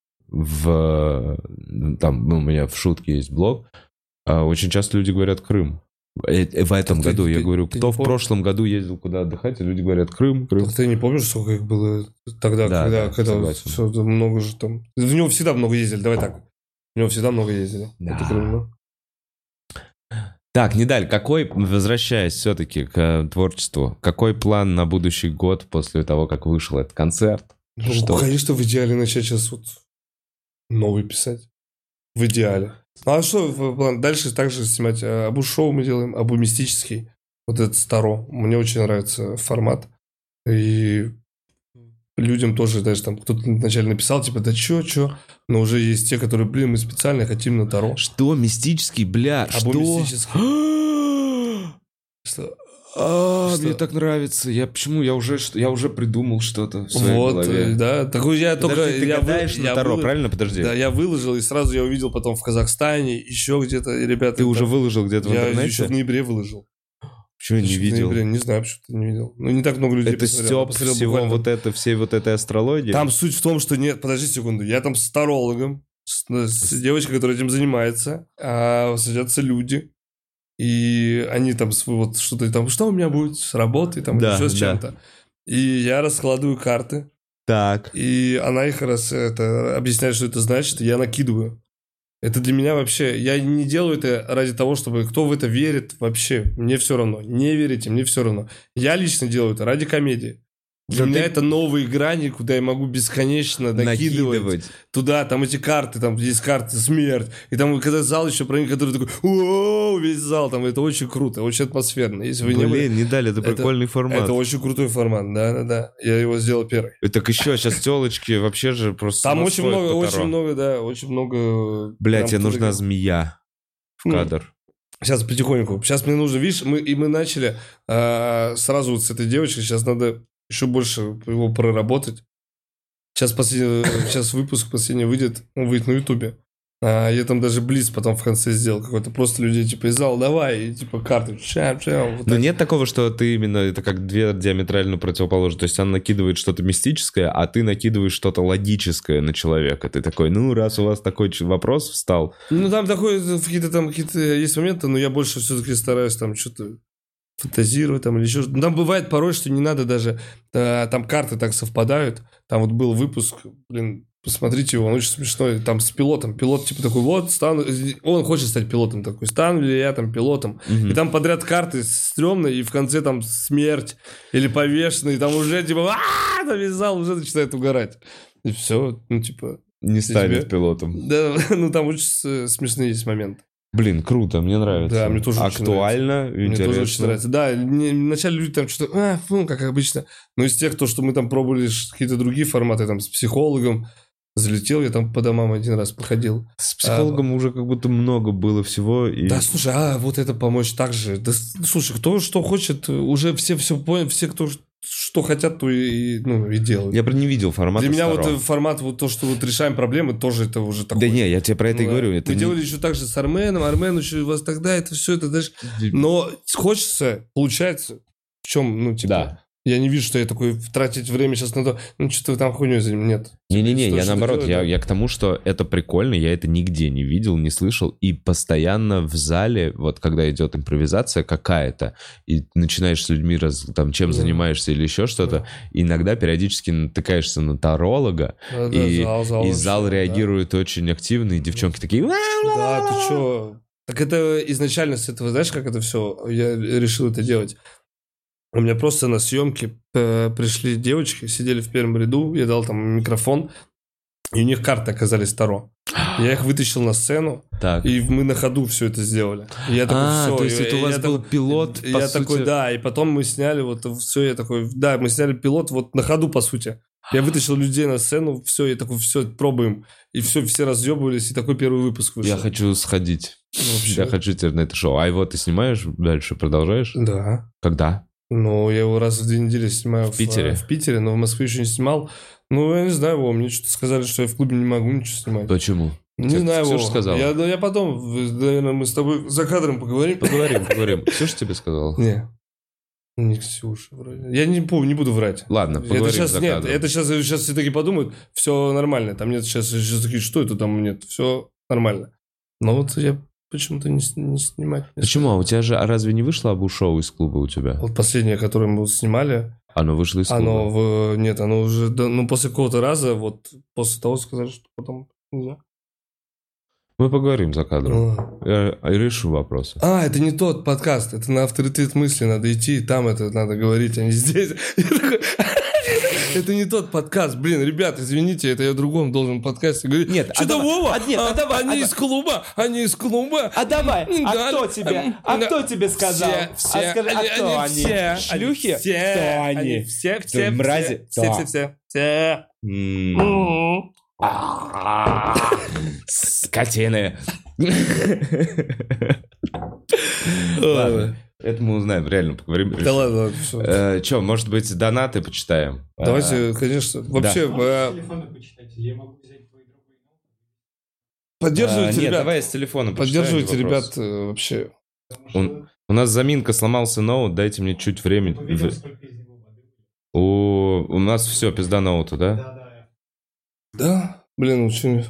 там у меня в шутке есть блог, очень часто люди говорят Крым. В этом году я говорю, кто в прошлом году ездил куда отдыхать, и люди говорят Крым. Ты не помнишь, сколько их было тогда, когда все, много же там... В него всегда много ездили, давай так. В него всегда много ездили. Да. Это Крым, Так, Нидаль, возвращаясь все-таки к творчеству, какой план на будущий год после того, как вышел этот концерт? Конечно, в идеале начать сейчас вот новый писать. В идеале. А что, дальше также снимать Абу-шоу мы делаем, Абу-мистический. Вот этот Старо. Мне очень нравится формат. И людям тоже, даже там кто-то вначале написал, типа, да чё, но уже есть те, которые, мы специально хотим на Таро. Что? Мистический, Абу-мистический. Что? Мне так нравится. Я уже придумал что-то в своей голове. Да. Такой я только... Ты гадаешь на Таро, правильно? Подожди. Да, я выложил, и сразу я увидел потом в Казахстане, еще где-то, ребята... Ты уже выложил где-то в интернете? Я еще в ноябре выложил. Почему я не видел? Не знаю, почему ты не видел. Не так много людей это стёб всего всей вот этой астрологии? Там суть в том, что нет... Подожди секунду. Я там с тарологом, с девочкой, которая этим занимается, садятся люди... И они там вот что-то там, что у меня будет с работой, там, еще с чем-то. И я раскладываю карты. Так. И она их объясняет, что это значит, и я накидываю. Это для меня вообще... Я не делаю это ради того, чтобы... Кто в это верит вообще, мне все равно. Не верите, мне все равно. Я лично делаю это ради комедии. Для меня это новые грани, куда я могу бесконечно накидывать. Туда, там эти карты, там есть карты смерть. И там, когда зал еще про них, который такой, весь зал, там это очень круто, очень атмосферно. Если вы не дали, это прикольный формат. Это очень крутой формат, да. Я его сделал первый. Так еще сейчас телочки вообще же просто... Там очень много... Блядь, тебе нужна змея в кадр. Сейчас потихоньку. Сейчас мне нужно, видишь, мы начали сразу вот с этой девочкой, сейчас надо... еще больше его проработать. Сейчас выпуск последний выйдет, он выйдет на Ютубе. Я там даже блиц потом в конце сделал какой-то. Просто людей типа из зала давай, и типа карты. Вот но нет такого, что ты именно, это как две диаметрально противоположные. То есть она накидывает что-то мистическое, а ты накидываешь что-то логическое на человека. Ты такой, раз у вас такой вопрос встал. Там какие-то есть моменты, но я больше все-таки стараюсь там что-то фантазировать там или еще. Там бывает порой, что не надо даже... Там карты так совпадают. Там вот был выпуск, посмотрите его, он очень смешной. Там с пилотом. Пилот типа такой, он хочет стать пилотом такой. Стану ли я там пилотом? И там подряд карты стрёмные, и в конце там смерть или повешенный. И там уже типа, там весь зал уже начинает угорать. И все, не станет пилотом. Да, там очень смешные есть моменты. Блин, круто, мне нравится. Да, мне тоже актуально, очень нравится. Интересно. Мне тоже очень нравится. Да, вначале люди там что-то, как обычно. Но из тех, что мы там пробовали какие-то другие форматы, там с психологом, залетел, я там по домам один раз походил. С психологом уже как будто много было всего. Да, слушай, вот это помочь так же. Да, слушай, кто что хочет, уже все поняли, все, кто что хотят, то и делают. Я не видел формата. Для меня вот формат, вот то, что вот решаем проблемы, тоже это уже такой. Да не, я тебе про это и говорю. Мы делали еще так же с Арменом. Армен еще у вас тогда, это все, это даже... Но хочется, получается, в чем, Да. Я не вижу, что я такой тратить время сейчас на то, что-то там хуйней за ним, нет. Не-не-не, я наоборот, я к тому, что это прикольно, я это нигде не видел, не слышал, и постоянно в зале, вот когда идет импровизация какая-то, и начинаешь с людьми, чем занимаешься или еще что-то, иногда периодически натыкаешься на таролога, и зал реагирует очень активно, и девчонки такие... Да, ты что? Так это изначально с этого, знаешь, как это все, я решил это делать. У меня просто на съемке пришли девочки, сидели в первом ряду, я дал там микрофон, и у них карты оказались Таро. Я их вытащил на сцену, и мы на ходу все это сделали. И я такой, все. То есть это у вас был пилот, я такой, да, и потом мы сняли вот все, я такой, да, мы сняли пилот вот на ходу, по сути. Я вытащил людей на сцену, все, я такой, все, пробуем. И все разъебывались, и такой первый выпуск вышел. Я хочу сходить. Я хочу теперь на это шоу. А его ты снимаешь дальше, продолжаешь? Да. Когда? Ну, я его раз в 2 недели снимаю в Питере. В Питере, но в Москве еще не снимал. Ну, я не знаю, Вова, мне что-то сказали, что я в клубе не могу ничего снимать. Почему? Не знаю, Вова. Сказала? Я потом, наверное, мы с тобой за кадром поговорим. Поговорим. Ксюша тебе сказала? Не Ксюша, вроде. Я не буду врать. Ладно, поговорим это сейчас, за нет, кадром. Это сейчас все таки подумают, все нормально. Там нет сейчас такие, что это там нет, все нормально. Но вот я почему-то не снимать. Почему? А у тебя же разве не вышло Абу-шоу из клуба у тебя? Вот последнее, которое мы снимали. Оно вышло из клуба? Нет, оно уже, после какого-то раза, вот после того сказали, что потом нельзя. Мы поговорим за кадром. Я решу вопросы. Это не тот подкаст, это на авторитет мысли надо идти, там это надо говорить, а не здесь. Это не тот подкаст, блин, ребят, извините, это я в другом должен подкасте говорить. Нет, что-то Вова, они из клуба. А давай, кто тебе сказал? Все, кто они? Шлюхи? Кто они? Все, мрази? Все. Скотины. Ладно. Это мы узнаем, реально поговорим. Да ладно, все. Че, может быть, донаты почитаем? Давайте, конечно. Вообще... Я могу взять твой другой номер. Поддерживайте, ребят. Давай я с телефона поддерживайте, ребят, вообще. У нас заминка, сломался ноут, дайте мне чуть времени. У нас все, пизда ноуту, да? Да, блин, очень...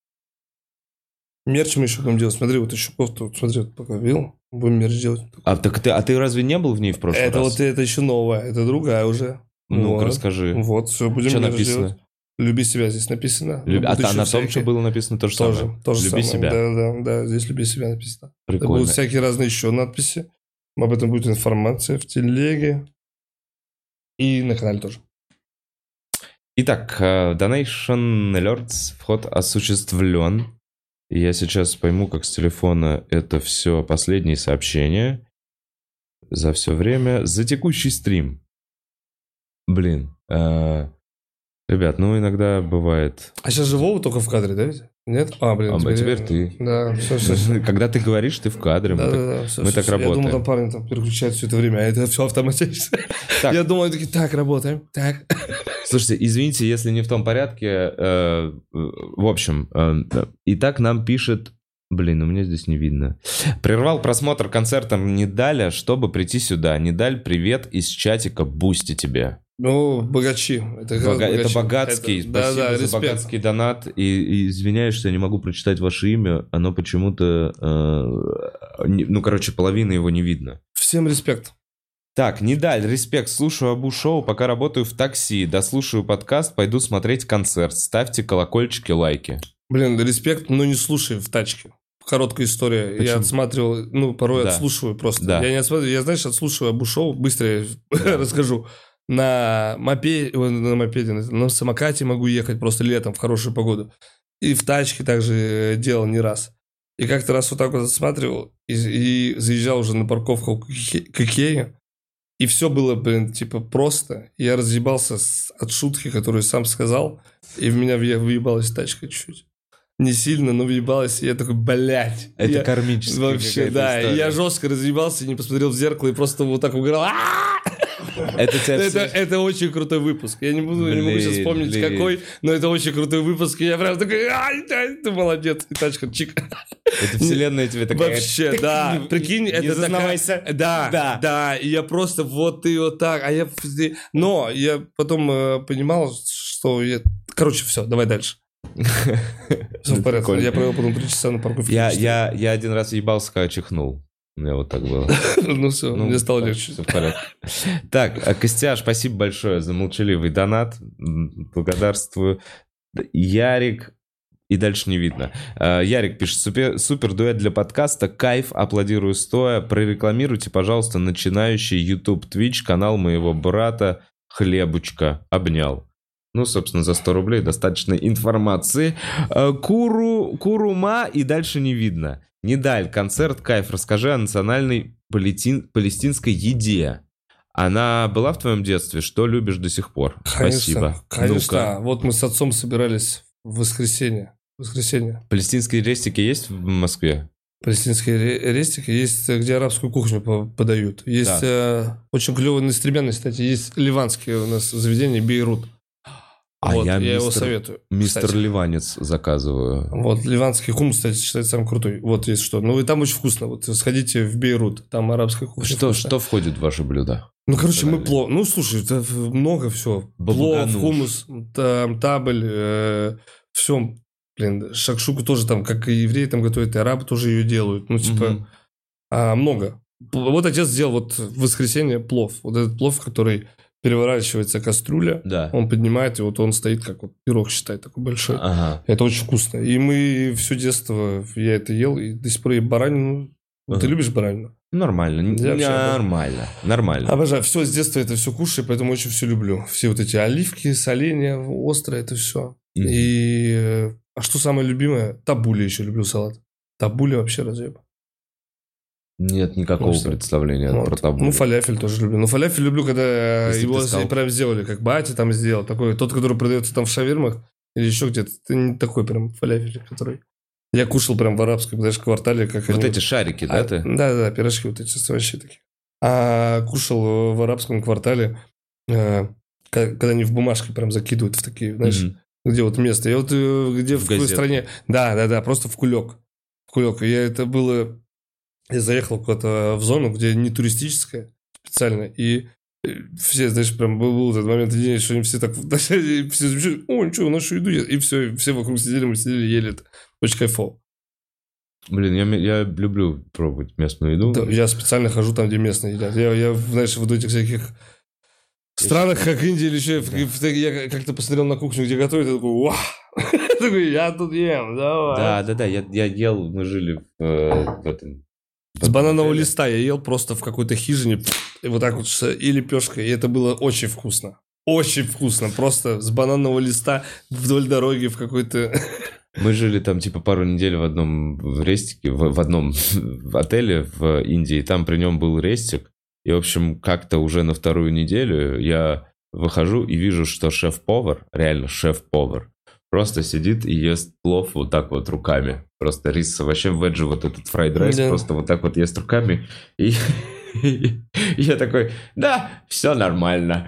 Мерч мы еще будем делать. Смотри, вот еще кофту, смотри, вот пока видел. Будем мерч делать. А ты разве не был в ней в прошлый раз? Это еще новая, это другая уже. Ну-ка, расскажи. Вот, все, будем что мерч написано? делать. «Люби себя» здесь написано. А на том, что было написано, то же самое? Тоже «Люби самое. себя». Да, здесь «Люби себя» написано. Прикольно. Будут всякие разные еще надписи. Об этом будет информация в телеге. И на канале тоже. Итак, Donation Alerts, вход осуществлен. Я сейчас пойму, как с телефона это все последние сообщения за все время. За текущий стрим. Блин. Ребят, иногда бывает... А сейчас же Вова только в кадре, да ведь? Нет? Теперь ты. Да, все. Когда ты говоришь, ты в кадре. Да, мы так работаем. Я думал, там парни переключают все это время, а это все автоматически. Я думал, они такие, так, работаем, так. Слушайте, извините, если не в том порядке. В общем, итак, нам пишет... Блин, у меня здесь не видно. Прервал просмотр концерта Нидаля, чтобы прийти сюда. Нидаль, привет из чатика Бусти тебе. Богачи. Это богатский. Спасибо за богатский донат. И извиняюсь, что я не могу прочитать ваше имя. Оно почему-то... половины его не видно. Всем респект. Так, Нидаль, респект. Слушаю Абу-шоу, пока работаю в такси. Дослушаю подкаст, пойду смотреть концерт. Ставьте колокольчики, лайки. Блин, респект, но не слушай в тачке. Короткая история. Почему? Я отсматривал, порой отслушиваю просто. Да. Я не отсматриваю, я, отслушиваю Абу-шоу, быстро расскажу. На самокате могу ехать просто летом в хорошую погоду. И в тачке также делал не раз. И как-то раз вот так вот отсматривал и заезжал уже на парковку к Икее. И все было, просто. Я разъебался от шутки, которую сам сказал. И в меня въебалась тачка чуть-чуть. Не сильно, но въебалась. И я такой, блядь. Это кармическая вообще, да. история. И я жестко разъебался, не посмотрел в зеркало и просто вот так угорал. Это очень крутой выпуск. Я не могу сейчас вспомнить, какой, но это очень крутой выпуск. И я прям такой, ты молодец. И тачка, чик. Это вселенная тебе такая... Вообще, да. Прикинь, это зазнавайся. Да. И я просто вот и вот так. Но я потом понимал, что... Короче, все, давай дальше. Все в порядке. Я провел потом 3 часа на парковке. Я один раз ебался, когда чихнул. У меня вот так было. Ну все, мне стало легче. Все в порядке. Так, Костяш, спасибо большое за молчаливый донат. Благодарствую. Ярик... И дальше не видно. Ярик пишет, супер дуэт для подкаста, кайф, аплодирую стоя. Прорекламируйте, пожалуйста, начинающий YouTube, Twitch, канал моего брата Хлебучка. Обнял. Ну, собственно, за 100 рублей достаточно информации. Курума и дальше не видно. Недаль, концерт, кайф. Расскажи о национальной палестинской еде. Она была в твоем детстве? Что любишь до сих пор? Конечно, Спасибо. конечно. Ну-ка. Вот мы с отцом собирались в воскресенье. Палестинские рестики есть в Москве? Палестинские рестики есть, где арабскую кухню подают. Есть очень клевый на Стремянной, кстати, есть ливанские у нас заведения Бейрут. Вот, я его советую. Мистер кстати. Ливанец заказываю. Вот, ливанский хумус, кстати, считается самый крутой. Вот есть что. Ну, и там очень вкусно. Вот сходите в Бейрут, там арабская кухня. Что входит в ваше блюдо? Ну, короче, мы плов. Ну, слушай, это много всего. Плов, хумус, там, табель, все. Блин, шакшуку тоже там, как и евреи там готовят, и арабы тоже ее делают. Ну, типа, много. Вот отец сделал вот в воскресенье плов. Вот этот плов, который переворачивается кастрюля, Да. он поднимает, и вот он стоит, как вот пирог, считай, такой большой. Ага. Это очень вкусно. И мы все детство, я это ел, и до сих пор и баранину. Ты любишь баранину? Нормально. Нормально. Обожаю. Все с детства это все кушаю, поэтому очень все люблю. Все вот эти оливки, соленья, острое, это все. И... А что самое любимое? Табули еще люблю салат. Табули вообще разъеб. Нет никакого представления вот. про табули. Ну, фалафель тоже люблю. Ну, фалафель люблю, когда если его прям сделали, как батя там сделал. Такой, тот, который продается там в шавермах или еще где-то. Это не такой прям фалафель, который... Я кушал прям в арабском, даже квартале. Как вот они... эти шарики, да, ты? Да, пирожки вот эти вообще такие. А кушал в арабском квартале, когда они в бумажке прям закидывают в такие, знаешь, где вот место. И вот где в какой стране... Да, просто в кулек. И это было... Я заехал куда-то в зону, где не туристическая специально, и все, знаешь, прям был этот момент, что они все так... Все замечают, ничего, нашу еду едят. И все вокруг сидели, мы сидели, ели это. Очень кайфово. Блин, я люблю пробовать местную еду. Да, я специально хожу там, где местные едят. Я знаешь, в этих всяких странах, как Индия или еще, я как-то посмотрел на кухню, где готовят, я такой, вау! Такой, я тут ем, давай. Да, я ел, мы жили в этом... С бананового листа я ел просто в какой-то хижине, и вот так вот, и лепешкой, и это было очень вкусно. Очень вкусно, просто с бананового листа вдоль дороги в какой-то... Мы жили там типа пару недель в одном рестике, в одном отеле в Индии, и там при нем был рестик. И, в общем, как-то уже на 2-ю неделю я выхожу и вижу, что шеф-повар, реально шеф-повар, просто сидит и ест плов вот так вот руками. Просто рис с овощем, веджи, вот этот фрайд райс, просто вот так вот ест руками. И я такой, да, все нормально.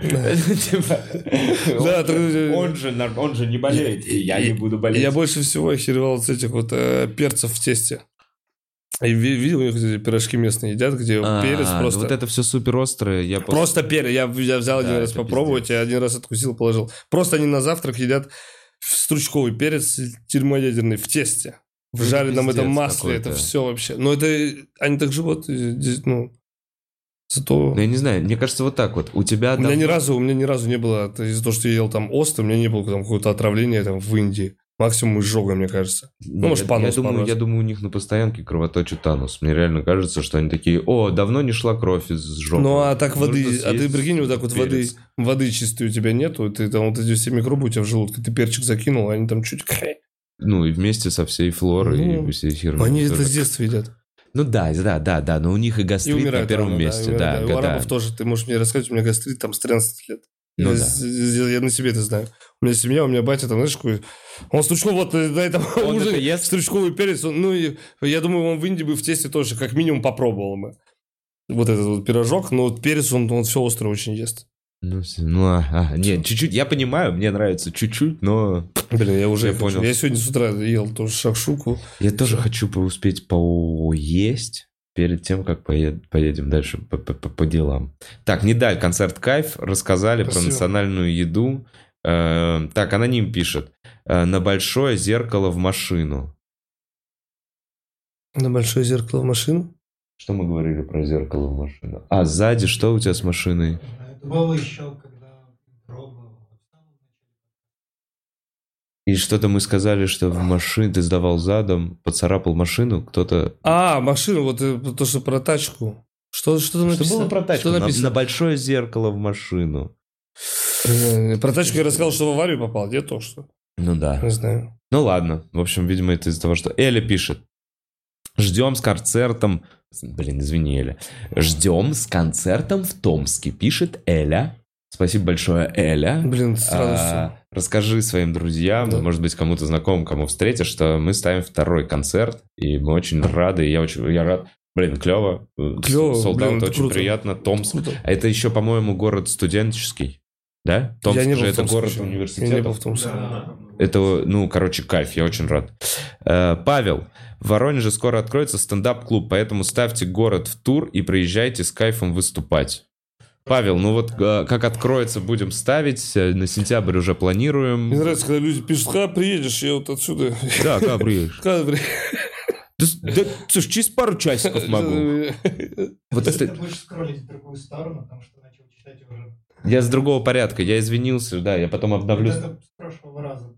Он же не болеет, и я не буду болеть. Я больше всего охеревал от этих вот перцев в тесте. И видел, у них эти пирожки местные едят, где перец просто... Вот это все супер острое. Просто перец. Я взял один раз попробовать, и один раз откусил, положил. Просто они на завтрак едят стручковый перец термоядерный в тесте. В жареном этом масле. Это все вообще. Но это... Они так живут, ну... Зато... Ну, я не знаю, мне кажется, вот так вот. У тебя... У меня ни разу не было, из-за того, что я ел там остро, у меня не было там какого-то отравления там в Индии. Максимум изжога, мне кажется. Ну, может, панус. Я думаю, у них на постоянке кровоточит анус. Мне реально кажется, что они такие, давно не шла кровь из жопы. Ну, а так воды... А ты прикинь, вот так вот воды чистой у тебя нету, ты там вот эти все микробы у тебя в желудке, ты перчик закинул, а они там чуть... Ну, и вместе со всей флорой и всей херней. Они это с детства едят. Ну да, но у них и гастрит на первом месте. Да, у арабов тоже, ты можешь мне рассказать, у меня гастрит там с 13 лет. Я на себе это знаю. У меня семья, у меня батя там, знаешь, какой... Он стручковый, вот на этом ужине стручковый перец. Я думаю, он в Индии бы в тесте тоже как минимум попробовал бы. вот этот вот пирожок, но вот перец, он все острое очень ест. Нет, чуть-чуть, я понимаю, мне нравится чуть-чуть, но... Блин, я уже понял. Я сегодня с утра ел тоже шакшуку. Я тоже хочу успеть поесть перед тем, как поедем дальше по делам. Так, Нидаль, концерт «Кайф», рассказали про национальную еду. Так, аноним пишет. На большое зеркало в машину. На большое зеркало в машину? Что мы говорили про зеркало в машину? А сзади что у тебя с машиной? Это было еще, когда пробовал. И что-то мы сказали, что в машине ты сдавал задом, поцарапал машину, кто-то... Машину, вот то, что про тачку. Что написано? Что было про тачку? Что написано? На большое зеркало в машину. Про тачку я рассказал, что в аварию попал. Где то, что? Ну да. Не знаю. Ну ладно. В общем, видимо, это из-за того, что... Эля пишет. Ждем с концертом... Блин, извини, Эля. Ждем с концертом в Томске, пишет Эля. Спасибо большое, Эля. Блин, сразу Расскажи своим друзьям, да. Может быть, кому-то знакомым, кому встретишь, что мы ставим второй концерт, и мы очень рады, я рад. Блин, клево. Солдат, очень круто. Приятно. Томск. Круто. А это еще, по-моему, город студенческий. Да? Томск же это город университета. Я не был в Томске. Да. Это, кайф, я очень рад. Павел, в Воронеже скоро откроется стендап-клуб, поэтому ставьте город в тур и приезжайте с кайфом выступать. Павел, как откроется, будем ставить. На сентябрь уже планируем. Мне нравится, когда люди пишут, когда приедешь, я вот отсюда. Да, когда приедешь. Да, слушай, через пару часиков могу. Вот ты будешь скроллить в другую сторону, потому что начал читать уже. Я с другого порядка, я извинился, да, я потом обновлю. Это с прошлого раза.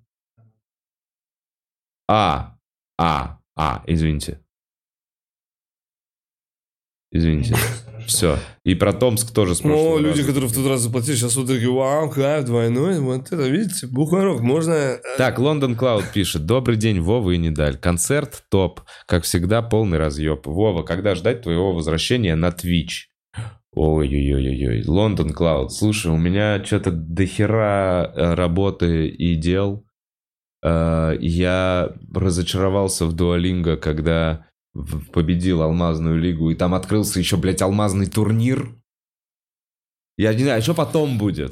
Извините. Все. И про Томск тоже с прошлого раза. Люди, которые в тот раз заплатили, сейчас вот такие, вау, кайф, двойной, вот это, видите, бухарок, можно... Так, Лондон Клауд пишет. Добрый день, Вова и Нидаль. Концерт топ. Как всегда, полный разъеб. Вова, когда ждать твоего возвращения на Twitch? Ой-ой-ой-ой. Лондон Клауд. Слушай, у меня что-то дохера работы и дел. Я разочаровался в Duolingo, когда победил Алмазную лигу, и там открылся еще, блядь, алмазный турнир. Я не знаю, что потом будет.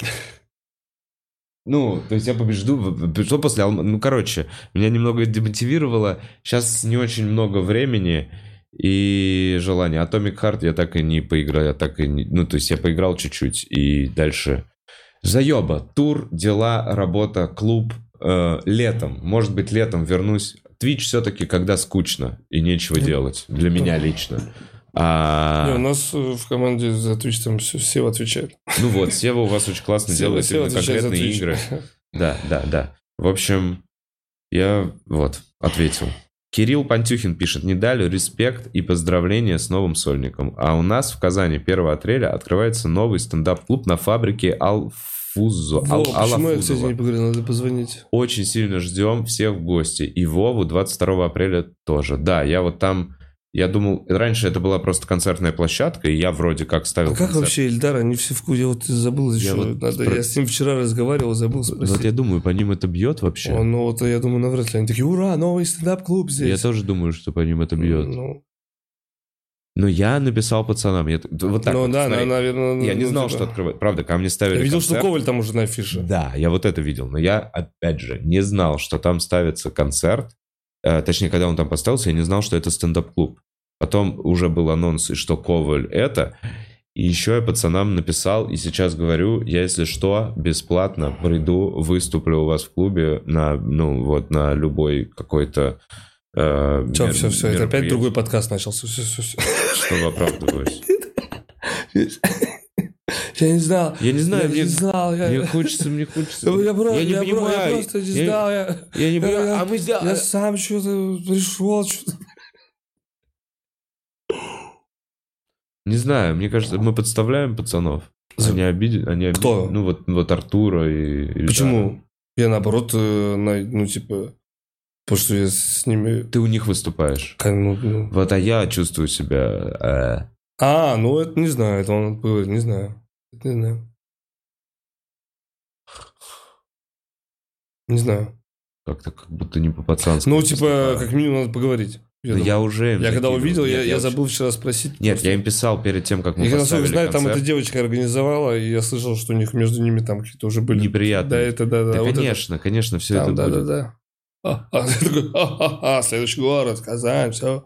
То есть я побежду, что после меня немного демотивировало. Сейчас не очень много времени и желания. Atomic Heart я так и не поиграл, то есть я поиграл чуть-чуть, и дальше заеба. Тур, дела, работа, клуб. Летом, может быть, летом вернусь. Twitch все-таки, когда скучно и нечего делать. Для меня лично. У нас в команде за Twitch там Сева отвечает. Сева у вас очень классно делает именно конкретные игры. Да. В общем, я ответил. Кирилл Пантюхин пишет. Нидалю, респект и поздравления с новым сольником. А у нас в Казани 1 апреля открывается новый стендап-клуб на фабрике Почему я, кстати, не поговорил? Надо позвонить. Очень сильно ждем всех в гости. И Вову 22 апреля тоже. Да, я там... Я думал, раньше это была просто концертная площадка, и я вроде как ставил как вообще Ильдар? Они все в курсе. Я забыл еще. Я с ним вчера разговаривал, забыл спросить. Я думаю, по ним это бьет вообще. Я думаю, навряд ли. Они такие, ура, новый стендап-клуб здесь. Я тоже думаю, что по ним это бьет. Но я написал пацанам. Наверное... Я не знал, что открывать. Правда, ко мне ставили Я видел, концерт. что Коваль там уже на афише. Да, я это видел. Но я, опять же, не знал, что там ставится концерт. Точнее, когда он там поставился, я не знал, что это стендап-клуб. Потом уже был анонс, что Коваль это. И еще я пацанам написал, и сейчас говорю, я, если что, бесплатно приду, выступлю у вас в клубе на любой какой-то... Все, это опять другой подкаст начался. Все. Что вы оправдываетесь? Я не знал. Мне хочется. Я не понимаю. Я просто не знал. Я не понимаю. А мы сделали. Я сам что-то пришел. Не знаю, мне кажется, мы подставляем пацанов. Они обидят. Кто? Артура и... Почему? Я наоборот, потому что я с ними... Ты у них выступаешь. А я чувствую себя... это не знаю, это он говорит, не знаю. Не знаю. Как-то как будто не по-пацански. Как минимум надо поговорить. Я уже им Я когда закидывал. увидел, Нет, я забыл вчера спросить. Нет, просто. я им писал перед тем, как мы Я поставили знаю, там концерт. эта девочка организовала, и я слышал, что у них между ними там какие-то уже были... Неприятные. Да, это, да. Да, вот конечно, все там, это будет. Да. Следующий город, Казань, все.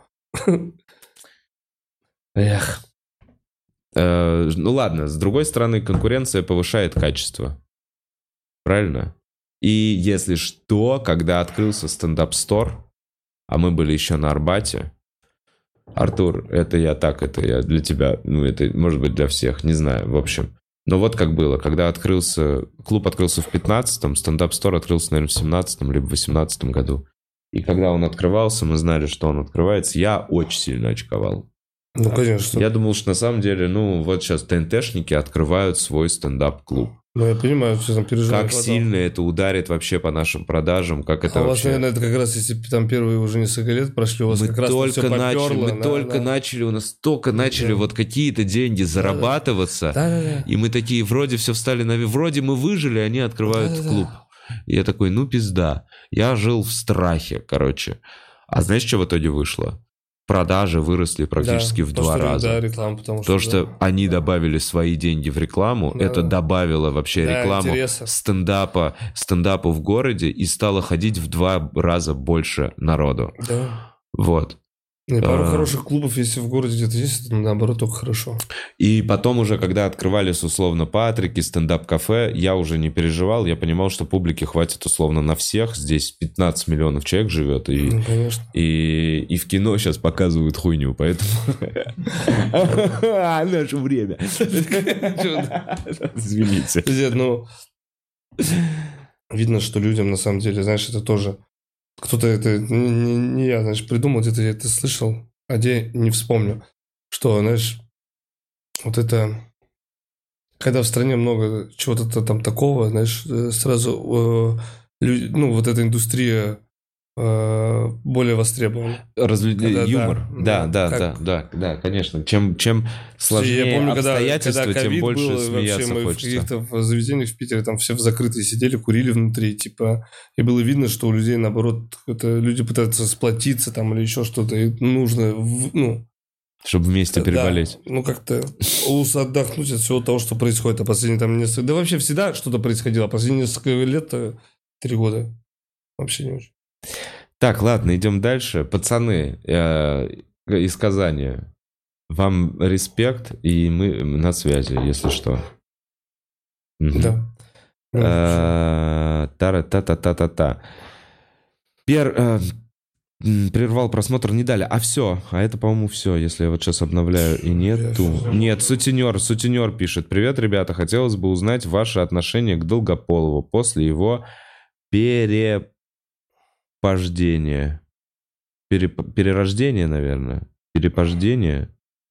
Эх. Ну ладно, с другой стороны, конкуренция повышает качество. Правильно? И если что, когда открылся стендап-стор, а мы были еще на Арбате, Артур, это я для тебя, ну это может быть для всех, не знаю, в общем. Но вот как было, когда клуб открылся в 15-м, стендап-стор открылся, наверное, в 17-м либо в 18-м году. И когда он открывался, мы знали, что он открывается, я очень сильно очковал. Ну, конечно. Я думал, что на самом деле, вот сейчас ТНТшники открывают свой стендап-клуб. Ну, я понимаю, все там переживают. Как сильно это ударит вообще по нашим продажам, как это у вас, вообще... наверное, это как раз, если там первые уже несколько лет прошли, у вас Мы как раз только все начали, у нас только начали вот какие-то деньги зарабатываться, Да. И мы такие, вроде все встали вроде мы выжили, они открывают клуб. И я такой, пизда. Я жил в страхе, короче. А знаешь, что в итоге вышло? Продажи выросли практически в 2 раза. Да, реклама, потому что они добавили свои деньги в рекламу, это добавило вообще рекламу стендапу в городе и стало ходить в 2 раза больше народу. Да. Вот. И пару хороших клубов, если в городе где-то есть, это наоборот только хорошо. И потом уже, когда открывались условно Патрики, стендап-кафе, я уже не переживал, я понимал, что публики хватит условно на всех. Здесь 15 миллионов человек живет, конечно. И в кино сейчас показывают хуйню, поэтому... Наше время. Извините. Видно, что людям, на самом деле, знаешь, это тоже... Кто-то это, не я, знаешь, придумал, где-то я это слышал, а где не вспомню, что, знаешь, вот это, когда в стране много чего-то там такого, знаешь, сразу, вот эта индустрия более востребована. Юмор. Да, конечно. Чем сложнее я помню, обстоятельства, когда тем больше был, смеяться мы хочется. в каких-то заведениях в Питере там все в закрытые сидели, курили внутри, типа, и было видно, что у людей, наоборот, люди пытаются сплотиться там или еще что-то, и нужно, чтобы вместе переболеть. Да, как-то отдохнуть от всего того, что происходит. А последние там несколько... Да вообще всегда что-то происходило. А последние несколько лет, 3 года, вообще не очень. Так, ладно, идем дальше. Пацаны из Казани, вам респект, и мы на связи, если что. Да. Та-та-та-та-та-та. Прервал просмотр, не дали. А все. А это, по-моему, все. Если я вот сейчас обновляю и нету. Нет, Сутенер пишет. Привет, ребята. Хотелось бы узнать ваше отношение к Долгополову после его перерождения, наверное. Перепождение.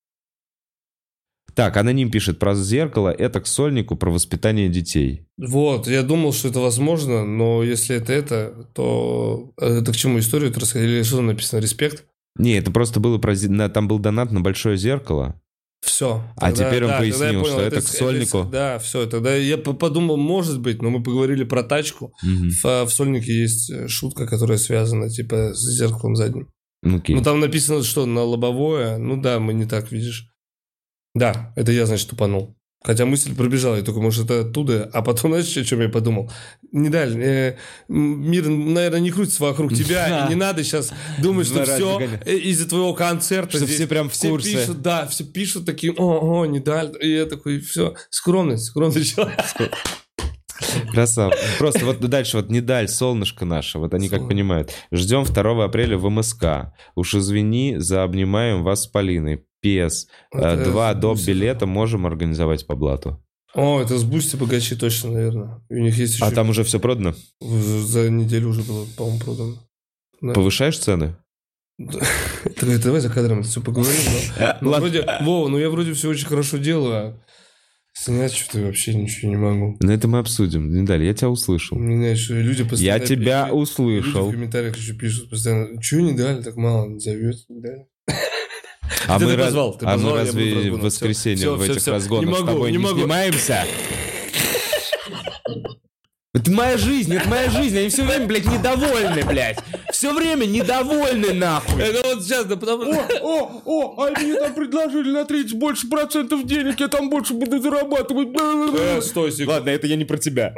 Так, аноним пишет про зеркало. Это к Сольнику про воспитание детей. Вот, я думал, что это возможно, но если это, то это к чему историю это рассказали? Или что там написано? Респект? Не, это просто было там был донат на большое зеркало. Все. А теперь он пояснил, что это к Сольнику. Да, все. Тогда я подумал, может быть, но мы поговорили про тачку. В Сольнике есть шутка, которая связана типа с зеркалом задним. Ну там написано, что на лобовое. Ну да, мы не так, видишь. Да, это я, значит, тупанул. Хотя мысль пробежала, я только, может, это оттуда. А потом, знаешь, о чем я подумал? Не дальше. Мир, наверное, не крутится вокруг тебя. И не надо сейчас думать, что все из-за твоего концерта. Что все прям в курсе. Пишут, да, все пишут такие, не даль. И я такой, все, скромный человек. Красава. Просто вот дальше, вот не даль, солнышко наше, вот они как понимают. Ждем 2 апреля в МСК. Уж извини, заобнимаем вас с Полиной. ПС. 2 доп. Билета можем организовать по блату. Это с Бусти богачи точно, наверное. У них есть еще... А там уже все продано? За неделю уже было, по-моему, продано. Да. Повышаешь цены? Давай за кадром это все поговорим. Вова, я вроде все очень хорошо делаю, снять что-то вообще ничего не могу. На это мы обсудим. Не дали, я тебя услышал. Люди постоянно... Я тебя услышал. Люди в комментариях еще пишут постоянно, чего не дали, так мало зовет, не дали. А мы разве в воскресенье в этих разгонах с тобой не снимаемся? Это моя жизнь, они все время, блядь, недовольны, блядь. Все время недовольны, нахуй. Это вот сейчас, да потому что... А мне там предложили на 30 больше процентов денег, я там больше буду зарабатывать. Стой секунду. Ладно, это я не про тебя.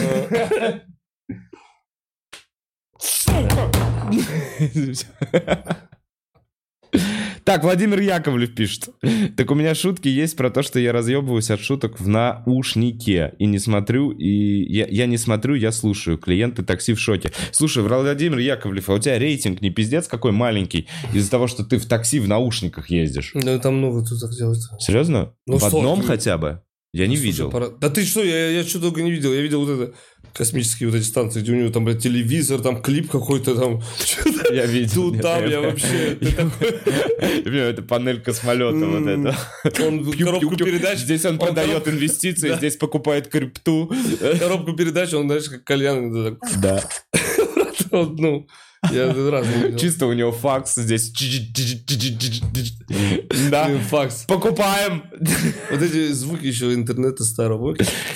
Так, Владимир Яковлев пишет. Так у меня шутки есть про то, что я разъебываюсь от шуток в наушнике. И не смотрю, я не смотрю, я слушаю. Клиенты такси в шоке. Слушай, Владимир Яковлев, а у тебя рейтинг не пиздец какой маленький из-за того, что ты в такси в наушниках ездишь? Да там много тут так делают. Серьезно? Ну, в одном хотя бы? Я не Слушай, видел. Да ты что, я что только не видел. Я видел вот это космические вот эти станции, где у него там, блядь, телевизор, там клип какой-то там. Я видел. Тут, там, я вообще... Это панель космолета вот это. Он коробку передач... Здесь он продает инвестиции, здесь покупает крипту. Коробку передач, он, знаешь, как кальян. Да. Ну... Я раз не видел. Чисто у него факс здесь. Да. Факс. Покупаем. Вот эти звуки еще интернета старого.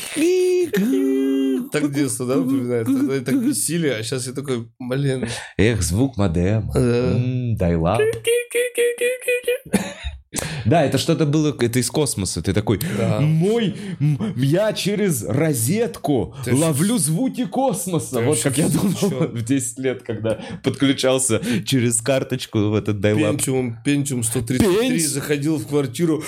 Так детство, да, напоминает? Это так бесили, а сейчас я такой, блин. Эх, звук модем. Дайлап. Да, это что-то было, это из космоса. Ты такой, я через розетку ловлю звуки космоса. Вот как я думал в 10 лет, когда подключался через карточку в этот дайлап. Pentium 133 заходил в квартиру.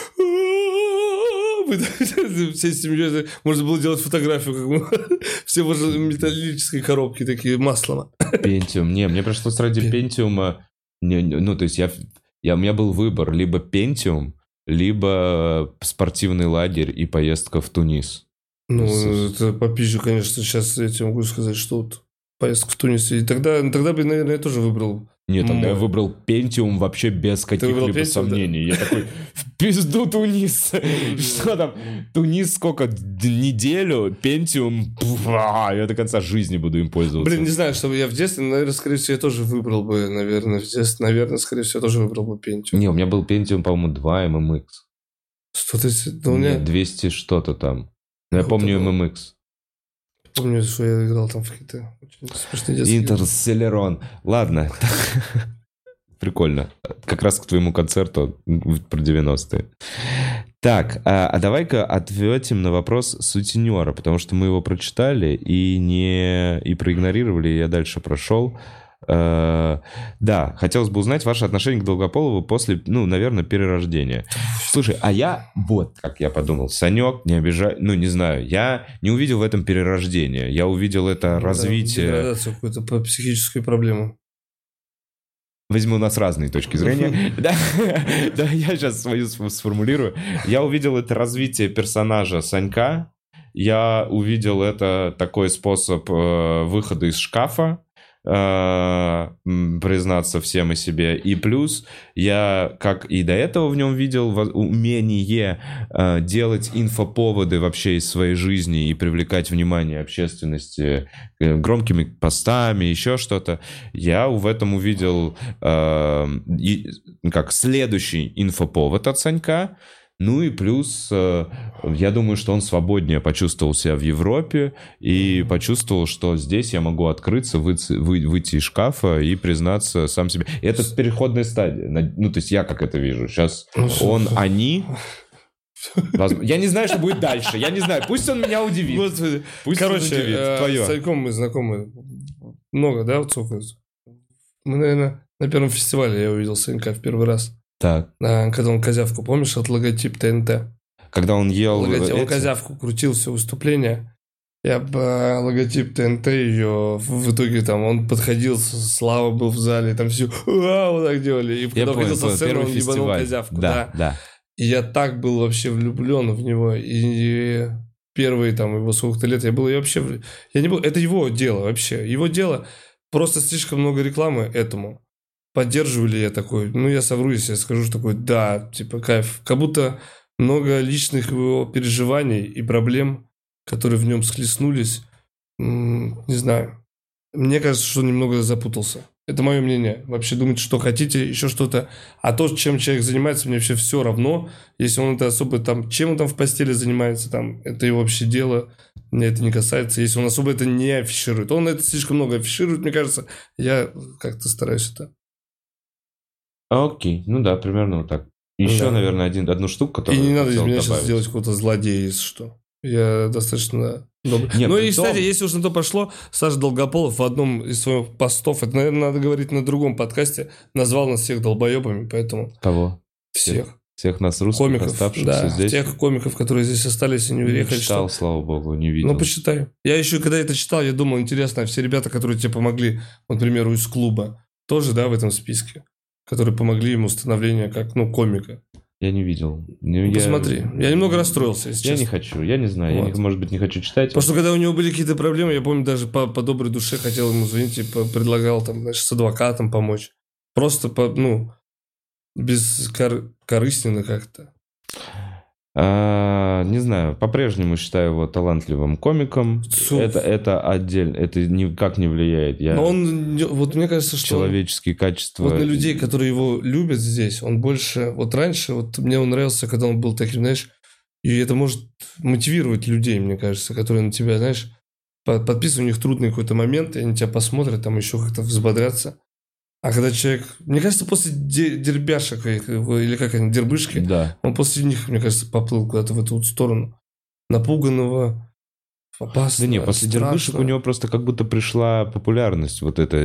Всей семьей можно было делать фотографию, как все в металлической коробке такие маслом. Pentium. Не, мне пришлось ради Pentium. Ну, то есть у меня был выбор либо Pentium, либо спортивный лагерь и поездка в Тунис. Ну, это попизже, конечно. Сейчас я тебе могу сказать, что вот поездка в Тунис. И тогда бы, наверное, я тоже выбрал. Нет, тогда я выбрал Pentium вообще без каких-либо сомнений. Да? Я такой, в пизду Тунис. Что там? Тунис сколько? Неделю? Pentium? Я до конца жизни буду им пользоваться. Блин, не знаю, что я в детстве, наверное, скорее всего, я тоже выбрал бы, наверное, в детстве, наверное, скорее всего, тоже выбрал бы Pentium. Не, у меня был Pentium, по-моему, 2 MMX. 130, у меня... 200 что-то там. Но я помню MMX. Помню, что я играл там в какие-то очень смешные детские игры. Интерселерон. Ладно. Прикольно. Как раз к твоему концерту про 90-е. Так, а давай-ка ответим на вопрос сутенера, потому что мы его прочитали и проигнорировали, и я дальше прошел. Да, хотелось бы узнать ваше отношение к Долгополову после, наверное, перерождения. Слушай, а я, вот как я подумал, Санек, не обижай, не знаю, я не увидел в этом перерождение, я увидел это развитие... Деградацию какую-то по психической проблему. Возьму, у нас разные точки зрения. Да, я сейчас свою сформулирую. Я увидел это развитие персонажа Санька, я увидел это такой способ выхода из шкафа, признаться всем и себе. И плюс я, как и до этого в нем видел, умение делать инфоповоды вообще из своей жизни и привлекать внимание общественности громкими постами, еще что-то. Я в этом увидел как следующий инфоповод от Санька. Ну и плюс, я думаю, что он свободнее почувствовал себя в Европе и почувствовал, что здесь я могу открыться, выйти из шкафа и признаться сам себе. И это переходная стадия. Ну, то есть я как это вижу. Сейчас они... Я не знаю, что будет дальше. Я не знаю. Пусть он меня удивит. Господи. Пусть Короче, он удивит. Твое. с Саньком мы знакомы много, да, вот сколько? Мы, наверное, на первом фестивале я увидел Санька в первый раз. Так. Когда он козявку, помнишь, от логотип ТНТ? Когда он ел... Он козявку крутил все выступление. Я логотип ТНТ ее... В итоге там он подходил, Слава был в зале, там все вот так делали. И когда выходил со сцены, он ебанул козявку. Да. И я так был вообще влюблен в него. И первые там его сколько-то лет я был... Я не был... Это его дело вообще. Его дело... Просто слишком много рекламы этому. Поддерживали я такой, я совру, если я скажу, что такой, да, типа кайф. Как будто много личных его переживаний и проблем, которые в нем схлестнулись, не знаю. Мне кажется, что он немного запутался. Это мое мнение. Вообще думать, что хотите, еще что-то. А то, чем человек занимается, мне вообще все равно. Если он это особо там, чем он там в постели занимается, там, это его вообще дело. Меня это не касается, если он особо это не афиширует. Он это слишком много афиширует, мне кажется. Я как-то стараюсь это. Окей, ну да, примерно вот так. Еще, наверное, одну штуку, которую... И не надо из меня сейчас сделать какого-то злодея, если что. Я достаточно добрый. Нет, ну и, кстати, если уж на то пошло, Саша Долгополов в одном из своих постов, это, наверное, надо говорить на другом подкасте, назвал нас всех долбоебами, поэтому... Кого? Всех. Всех нас, русских, комиков, оставшихся здесь? Тех комиков, которые здесь остались и не уехали. Не читал, слава богу, не видел. Ну, почитай. Я еще, когда это читал, я думал, интересно, все ребята, которые тебе помогли, вот, к примеру, из клуба, тоже, да, в этом списке, которые помогли ему в становлении как, комика. Я не видел. Посмотри. Я немного расстроился, если честно. Я не хочу, я не знаю. Вот. Я, может быть, не хочу читать. Потому что, когда у него были какие-то проблемы, я помню, даже по доброй душе хотел ему звонить и предлагал, там, знаешь, с адвокатом помочь. Просто, бескорыстно как-то. Не знаю, по-прежнему считаю его талантливым комиком. Это отдельно, это никак не влияет. Но он, вот мне кажется, что... Человеческие качества... Вот на людей, которые его любят здесь, он больше... Вот раньше, мне он нравился, когда он был таким, знаешь... И это может мотивировать людей, мне кажется, которые на тебя, знаешь... Подписывают, у них трудный какой-то момент, и они тебя посмотрят, там еще как-то взбодрятся. А когда человек... Мне кажется, после дербяшек, или как они, дербышки, да. Он после них, мне кажется, поплыл куда-то в эту вот сторону. Напуганного, опасного, да не, после дербышек у него просто как будто пришла популярность вот это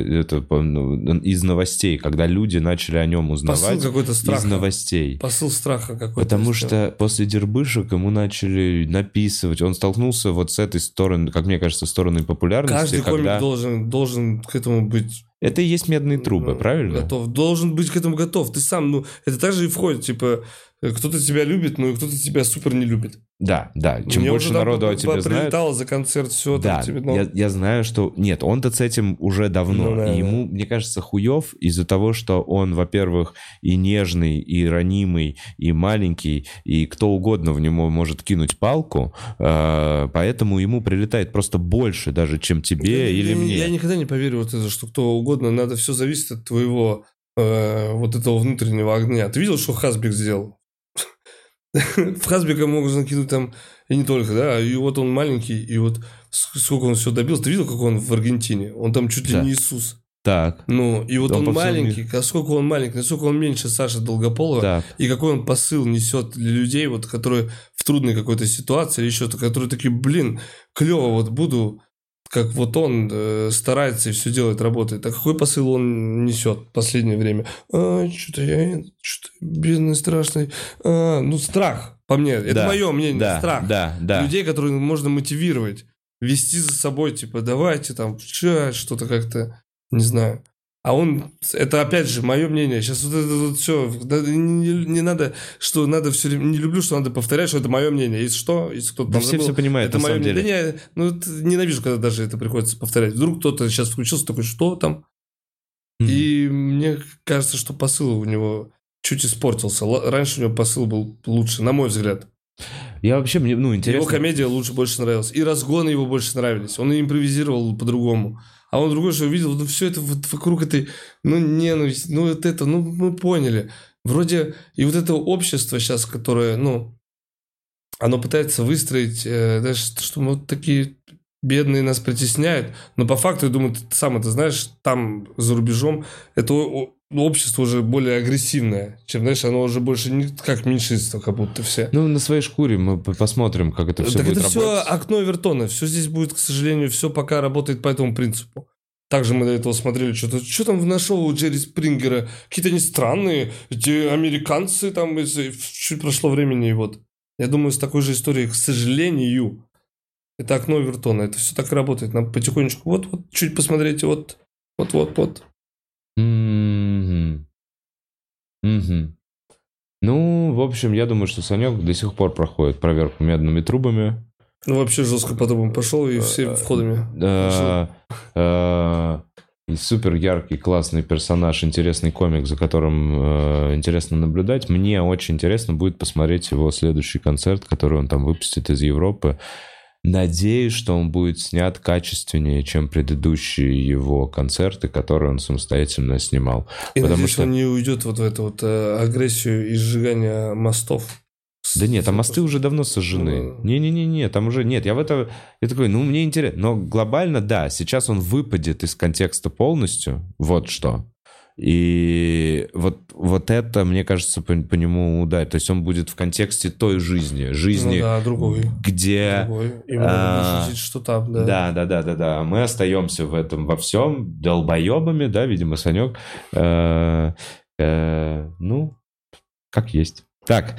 из новостей, когда люди начали о нем узнавать. Посыл какой-то страха. Из новостей. Посыл страха какой-то. Потому что после дербышек ему начали написывать. Он столкнулся вот с этой стороны, как мне кажется, стороной популярности. Каждый комик должен к этому быть... Это и есть медные трубы, правильно? Готов. Должен быть к этому готов. Ты сам, это также и входит, типа, кто-то тебя любит, но кто-то тебя супер не любит. Да. Чем мне больше народу о тебе знает... прилетало за концерт, все. Да, я знаю, что... Нет, он-то с этим уже давно. И ему, мне кажется, хуев из-за того, что он, во-первых, и нежный, и ранимый, и маленький, и кто угодно в него может кинуть палку, поэтому ему прилетает просто больше даже, чем тебе или мне. Я никогда не поверю вот это, что кто угодно, надо все зависит от твоего вот этого внутреннего огня. Ты видел, что Хасбик сделал? В Хасбика можно кинуть там, и не только, да, и вот он маленький, и вот сколько он все добился. Ты видел, как он в Аргентине? Он там чуть ли не Иисус. Так. И вот он маленький, насколько он маленький, насколько он меньше Саши Долгополова, так. И какой он посыл несет для людей, вот, которые в трудной какой-то ситуации, или еще-то, которые такие, клево, вот буду... Как вот он старается и все делает, работает. А какой посыл он несет в последнее время? Что-то бедный, страшный. Страх, по мне. Это мое мнение, страх. Да. Людей, которые можно мотивировать. Вести за собой, типа, давайте там, что-то как-то, не знаю. А он, это опять же мое мнение. Сейчас вот это вот все, не надо, что надо все время, не люблю, что надо повторять, что это мое мнение. Если что, если кто-то там все понимают, это на самом деле. Да ненавижу, когда даже это приходится повторять. Вдруг кто-то сейчас включился, такой, что там? И мне кажется, что посыл у него чуть испортился. Раньше у него посыл был лучше, на мой взгляд. Я вообще, мне интересно... Его комедия больше нравилась. И разгоны его больше нравились. Он импровизировал по-другому. А он другой, что увидел, все это вот вокруг этой, ненависть, вот это, мы поняли. Вроде, и вот это общество сейчас, которое, оно пытается выстроить, даже, что мы вот такие бедные нас притесняют, но по факту, я думаю, ты сам это знаешь, там, за рубежом, это общество уже более агрессивное, чем, знаешь, оно уже больше не как меньшинство, как будто все. На своей шкуре мы посмотрим, как это все будет работать. Так это все окно Эвертона, все здесь будет, к сожалению, все пока работает по этому принципу. Также мы до этого смотрели, что там на шоу Джерри Спрингера, какие-то они странные, эти американцы там, чуть прошло времени, и вот. Я думаю, с такой же историей, к сожалению, это окно Эвертона, это все так работает, нам потихонечку, вот, чуть посмотрите, вот. В общем, я думаю, что Санек до сих пор проходит проверку медными трубами. Вообще жестко потом пошел и все входами. И супер яркий, классный персонаж, интересный комик, за которым интересно наблюдать. Мне очень интересно будет посмотреть его следующий концерт, который он там выпустит из Европы. Надеюсь, что он будет снят качественнее, чем предыдущие его концерты, которые он самостоятельно снимал. И потому надеюсь, что он не уйдет вот в эту вот агрессию и сжигание мостов с Да нет, там мосты уже давно сожжены. Не-не-не, там уже нет. Я такой, мне интересно. Но глобально, да, сейчас он выпадет из контекста полностью. Вот что. И вот это, мне кажется, по нему ударит. То есть он будет в контексте той жизни. Другой. Где... Другой. И можно жить, что там, да. Да. Мы остаемся в этом во всем долбоебами, да, видимо, Санек. Как есть. Так,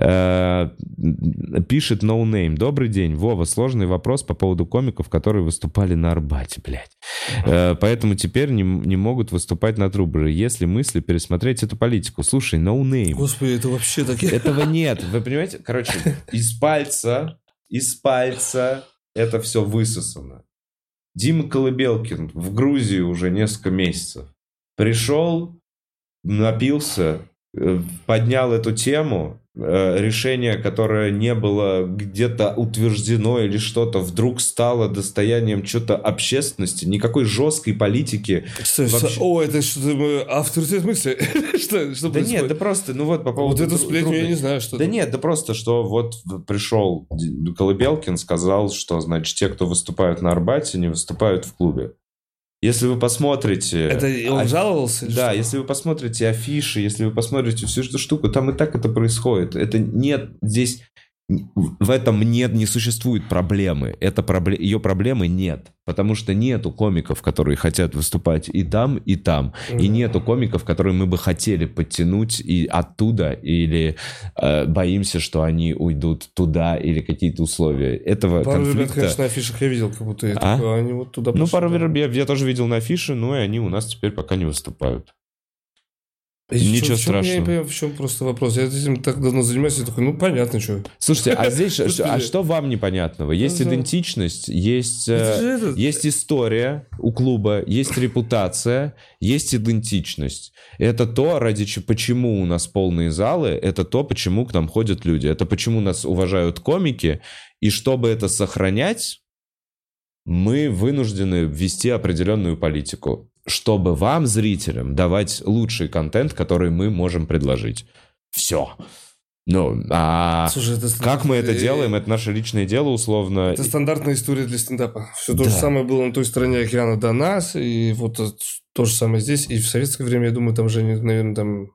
пишет No Name. Добрый день, Вова, сложный вопрос по поводу комиков, которые выступали на Арбате, блядь. Поэтому теперь не могут выступать на Трубере. Если мысли пересмотреть эту политику. Слушай, No Name. Господи, это вообще так... Этого нет. Вы понимаете? Короче, из пальца это все высосано. Дима Колыбелкин в Грузии уже несколько месяцев. Пришел, напился, поднял эту тему, решение, которое не было где-то утверждено или что-то, вдруг стало достоянием что-то общественности, никакой жесткой политики. Это что-то авторитет мысли? Что да нет, да просто, по поводу... Вот эту сплетню я не знаю, что... Да нет, да просто, что вот пришел Колыбелкин, сказал, что, значит, те, кто выступают на Арбате, не выступают в клубе. Если вы посмотрите... Это он жаловался? Да, если вы посмотрите афиши, если вы посмотрите всю эту штуку, там и так это происходит. Это нет здесь... В этом не существует проблемы. Ее проблемы нет. Потому что нету комиков, которые хотят выступать и там, и там. И нету комиков, которые мы бы хотели подтянуть и оттуда, или боимся, что они уйдут туда, или какие-то условия. Этого пару конфликта... ребят, конечно, на афишах я видел, как будто они вот туда пошли. Пару ребят я тоже видел на афише, но и они у нас теперь пока не выступают. Ничего страшного. Я не понимаю, в чем просто вопрос. Я этим так давно занимаюсь, я такой, понятно, что. Слушайте, а здесь, что вам непонятного? Есть идентичность, есть история у клуба, есть репутация, есть идентичность. Это то, почему у нас полные залы, это то, почему к нам ходят люди. Это почему нас уважают комики. И чтобы это сохранять, мы вынуждены ввести определенную политику, чтобы вам, зрителям, давать лучший контент, который мы можем предложить. Все. Слушай, как мы это делаем, это наше личное дело, условно. Это стандартная история для стендапа. Все то же самое было на той стороне океана до нас, и вот то же самое здесь. И в советское время, я думаю, там же, наверное, там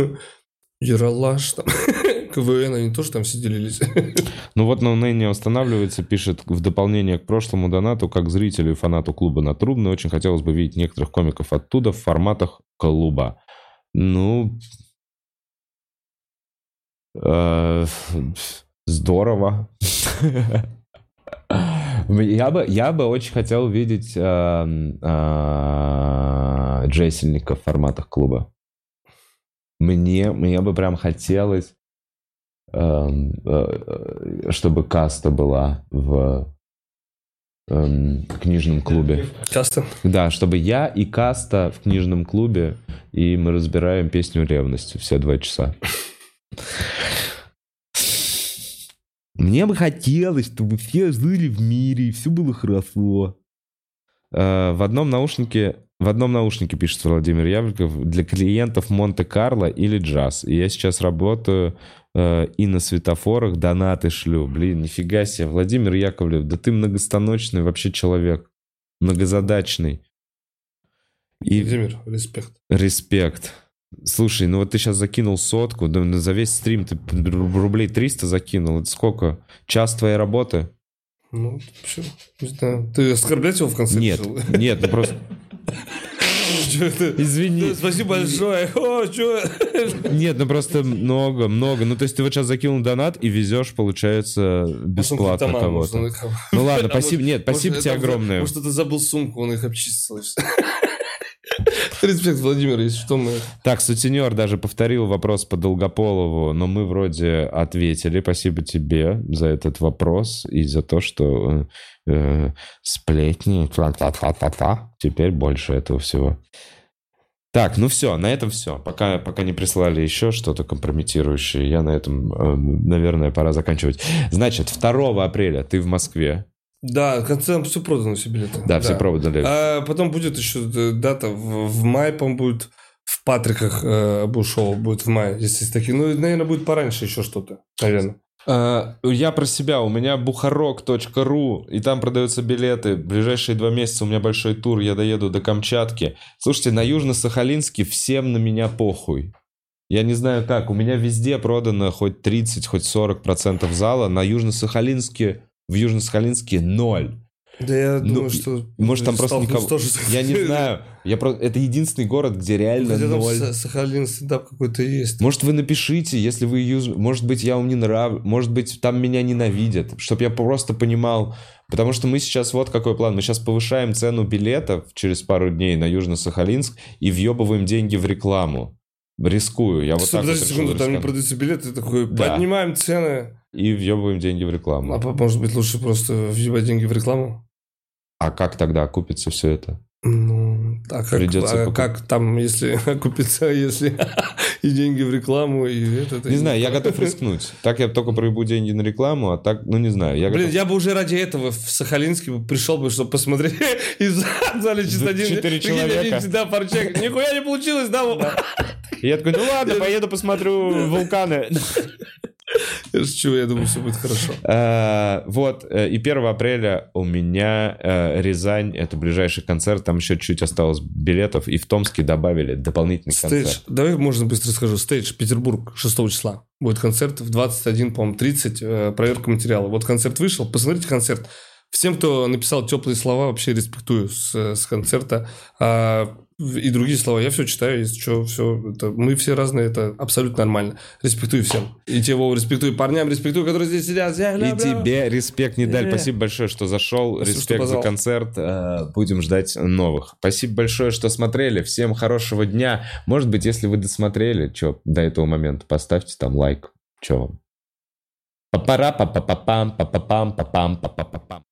Ералаш, там КВН, они тоже там сиделились. No не останавливается, пишет в дополнение к прошлому донату, как зрителю и фанату клуба на Трубной, очень хотелось бы видеть некоторых комиков оттуда в форматах клуба. Здорово. Я бы очень хотел видеть Джейсельника в форматах клуба. Мне бы прям хотелось, чтобы каста была в книжном клубе. Каста? Да, чтобы я и каста в книжном клубе, и мы разбираем песню ревности все 2 часа. Мне бы хотелось, чтобы все жили в мире, и все было хорошо. В одном наушнике, пишет Владимир Ябликов, для клиентов Монте-Карло или джаз. И я сейчас работаю и на светофорах донаты шлю. Блин, нифига себе. Владимир Яковлев, да ты многостаночный вообще человек. Многозадачный. Владимир, респект. Респект. Слушай, ты сейчас закинул 100, да за весь стрим ты рублей 300 закинул. Это сколько? Час твоей работы? Вообще, не знаю. Ты оскорблять его в конце решил? Нет, просто... Извини. Спасибо большое. Нет, просто много. То есть ты вот сейчас закинул донат и везешь, получается, бесплатно кого-то. Ладно, спасибо. Нет, спасибо тебе огромное. Может, ты забыл сумку, он их обчистил. Респект, Владимир, если что мы... Так, сутенер даже повторил вопрос по Долгополову, но мы вроде ответили. Спасибо тебе за этот вопрос и за то, что сплетни, теперь больше этого всего. Так, все, на этом все. Пока не прислали еще что-то компрометирующее, я на этом, наверное, пора заканчивать. Значит, 2 апреля ты в Москве. Да, в конце все продано, все билеты. Да, все проданы. А потом будет еще дата в мае, по-моему, будет в Патриках шоу будет в мае, если такие. Наверное, будет пораньше еще что-то, наверное. Я про себя. У меня бухарок.ру, и там продаются билеты. В ближайшие 2 месяца у меня большой тур, я доеду до Камчатки. Слушайте, на Южно-Сахалинске всем на меня похуй. Я не знаю как, у меня везде продано хоть 30, хоть 40% зала. На Южно-Сахалинске, в Южно-Сахалинске 0. Да я думаю, что... Может, там просто никого... Я не знаю. Это единственный город, где реально 0. Там Сахалин стендап какой-то есть. Может, вы напишите, если вы... Может быть, я вам не нравлюсь. Может быть, там меня ненавидят. Чтобы я просто понимал... Потому что мы сейчас... Вот какой план. Мы сейчас повышаем цену билетов через пару дней на Южно-Сахалинск и въебываем деньги в рекламу. Рискую. Я вот так подожди секунду, там не продаются билеты. Такой, поднимаем цены. И въебываем деньги в рекламу. А может быть, лучше просто въебать деньги в рекламу? А как тогда окупится все это? Ну, как там, если окупится, если и деньги в рекламу, и это... Не знаю, я готов рискнуть. Так я только проебу деньги на рекламу, а так, ну не знаю. Я бы уже ради этого в Сахалинске пришел бы, чтобы посмотреть, и в зале чисто 4 человека. Да, парчек. Нихуя не получилось, да? И я такой, ну ладно, поеду посмотрю вулканы. Я шучу, я думаю, все будет хорошо. Вот, и 1 апреля у меня Рязань, это ближайший концерт, там еще чуть осталось билетов, и в Томске добавили дополнительный концерт. Давай, можно быстро скажу. Стейдж, Петербург, 6 числа. Будет концерт в 21, по-моему, 30, проверка материала. Вот концерт вышел, посмотрите концерт. Всем, кто написал теплые слова, вообще респектую с концерта. И другие слова. Я все читаю, если что, все. Мы все разные, это абсолютно нормально. Респектую всем. И тебе, Вова, респектую парням, респектую, которые здесь сидят. И тебе респект, Нидаль. Спасибо большое, что зашел. Спасибо, респект за концерт. Будем ждать новых. Спасибо большое, что смотрели. Всем хорошего дня. Может быть, если вы досмотрели, до этого момента, поставьте там лайк. Че вам? Па-пара-па-па-па-пам, па-па-пам, па-пам, па-па-пам.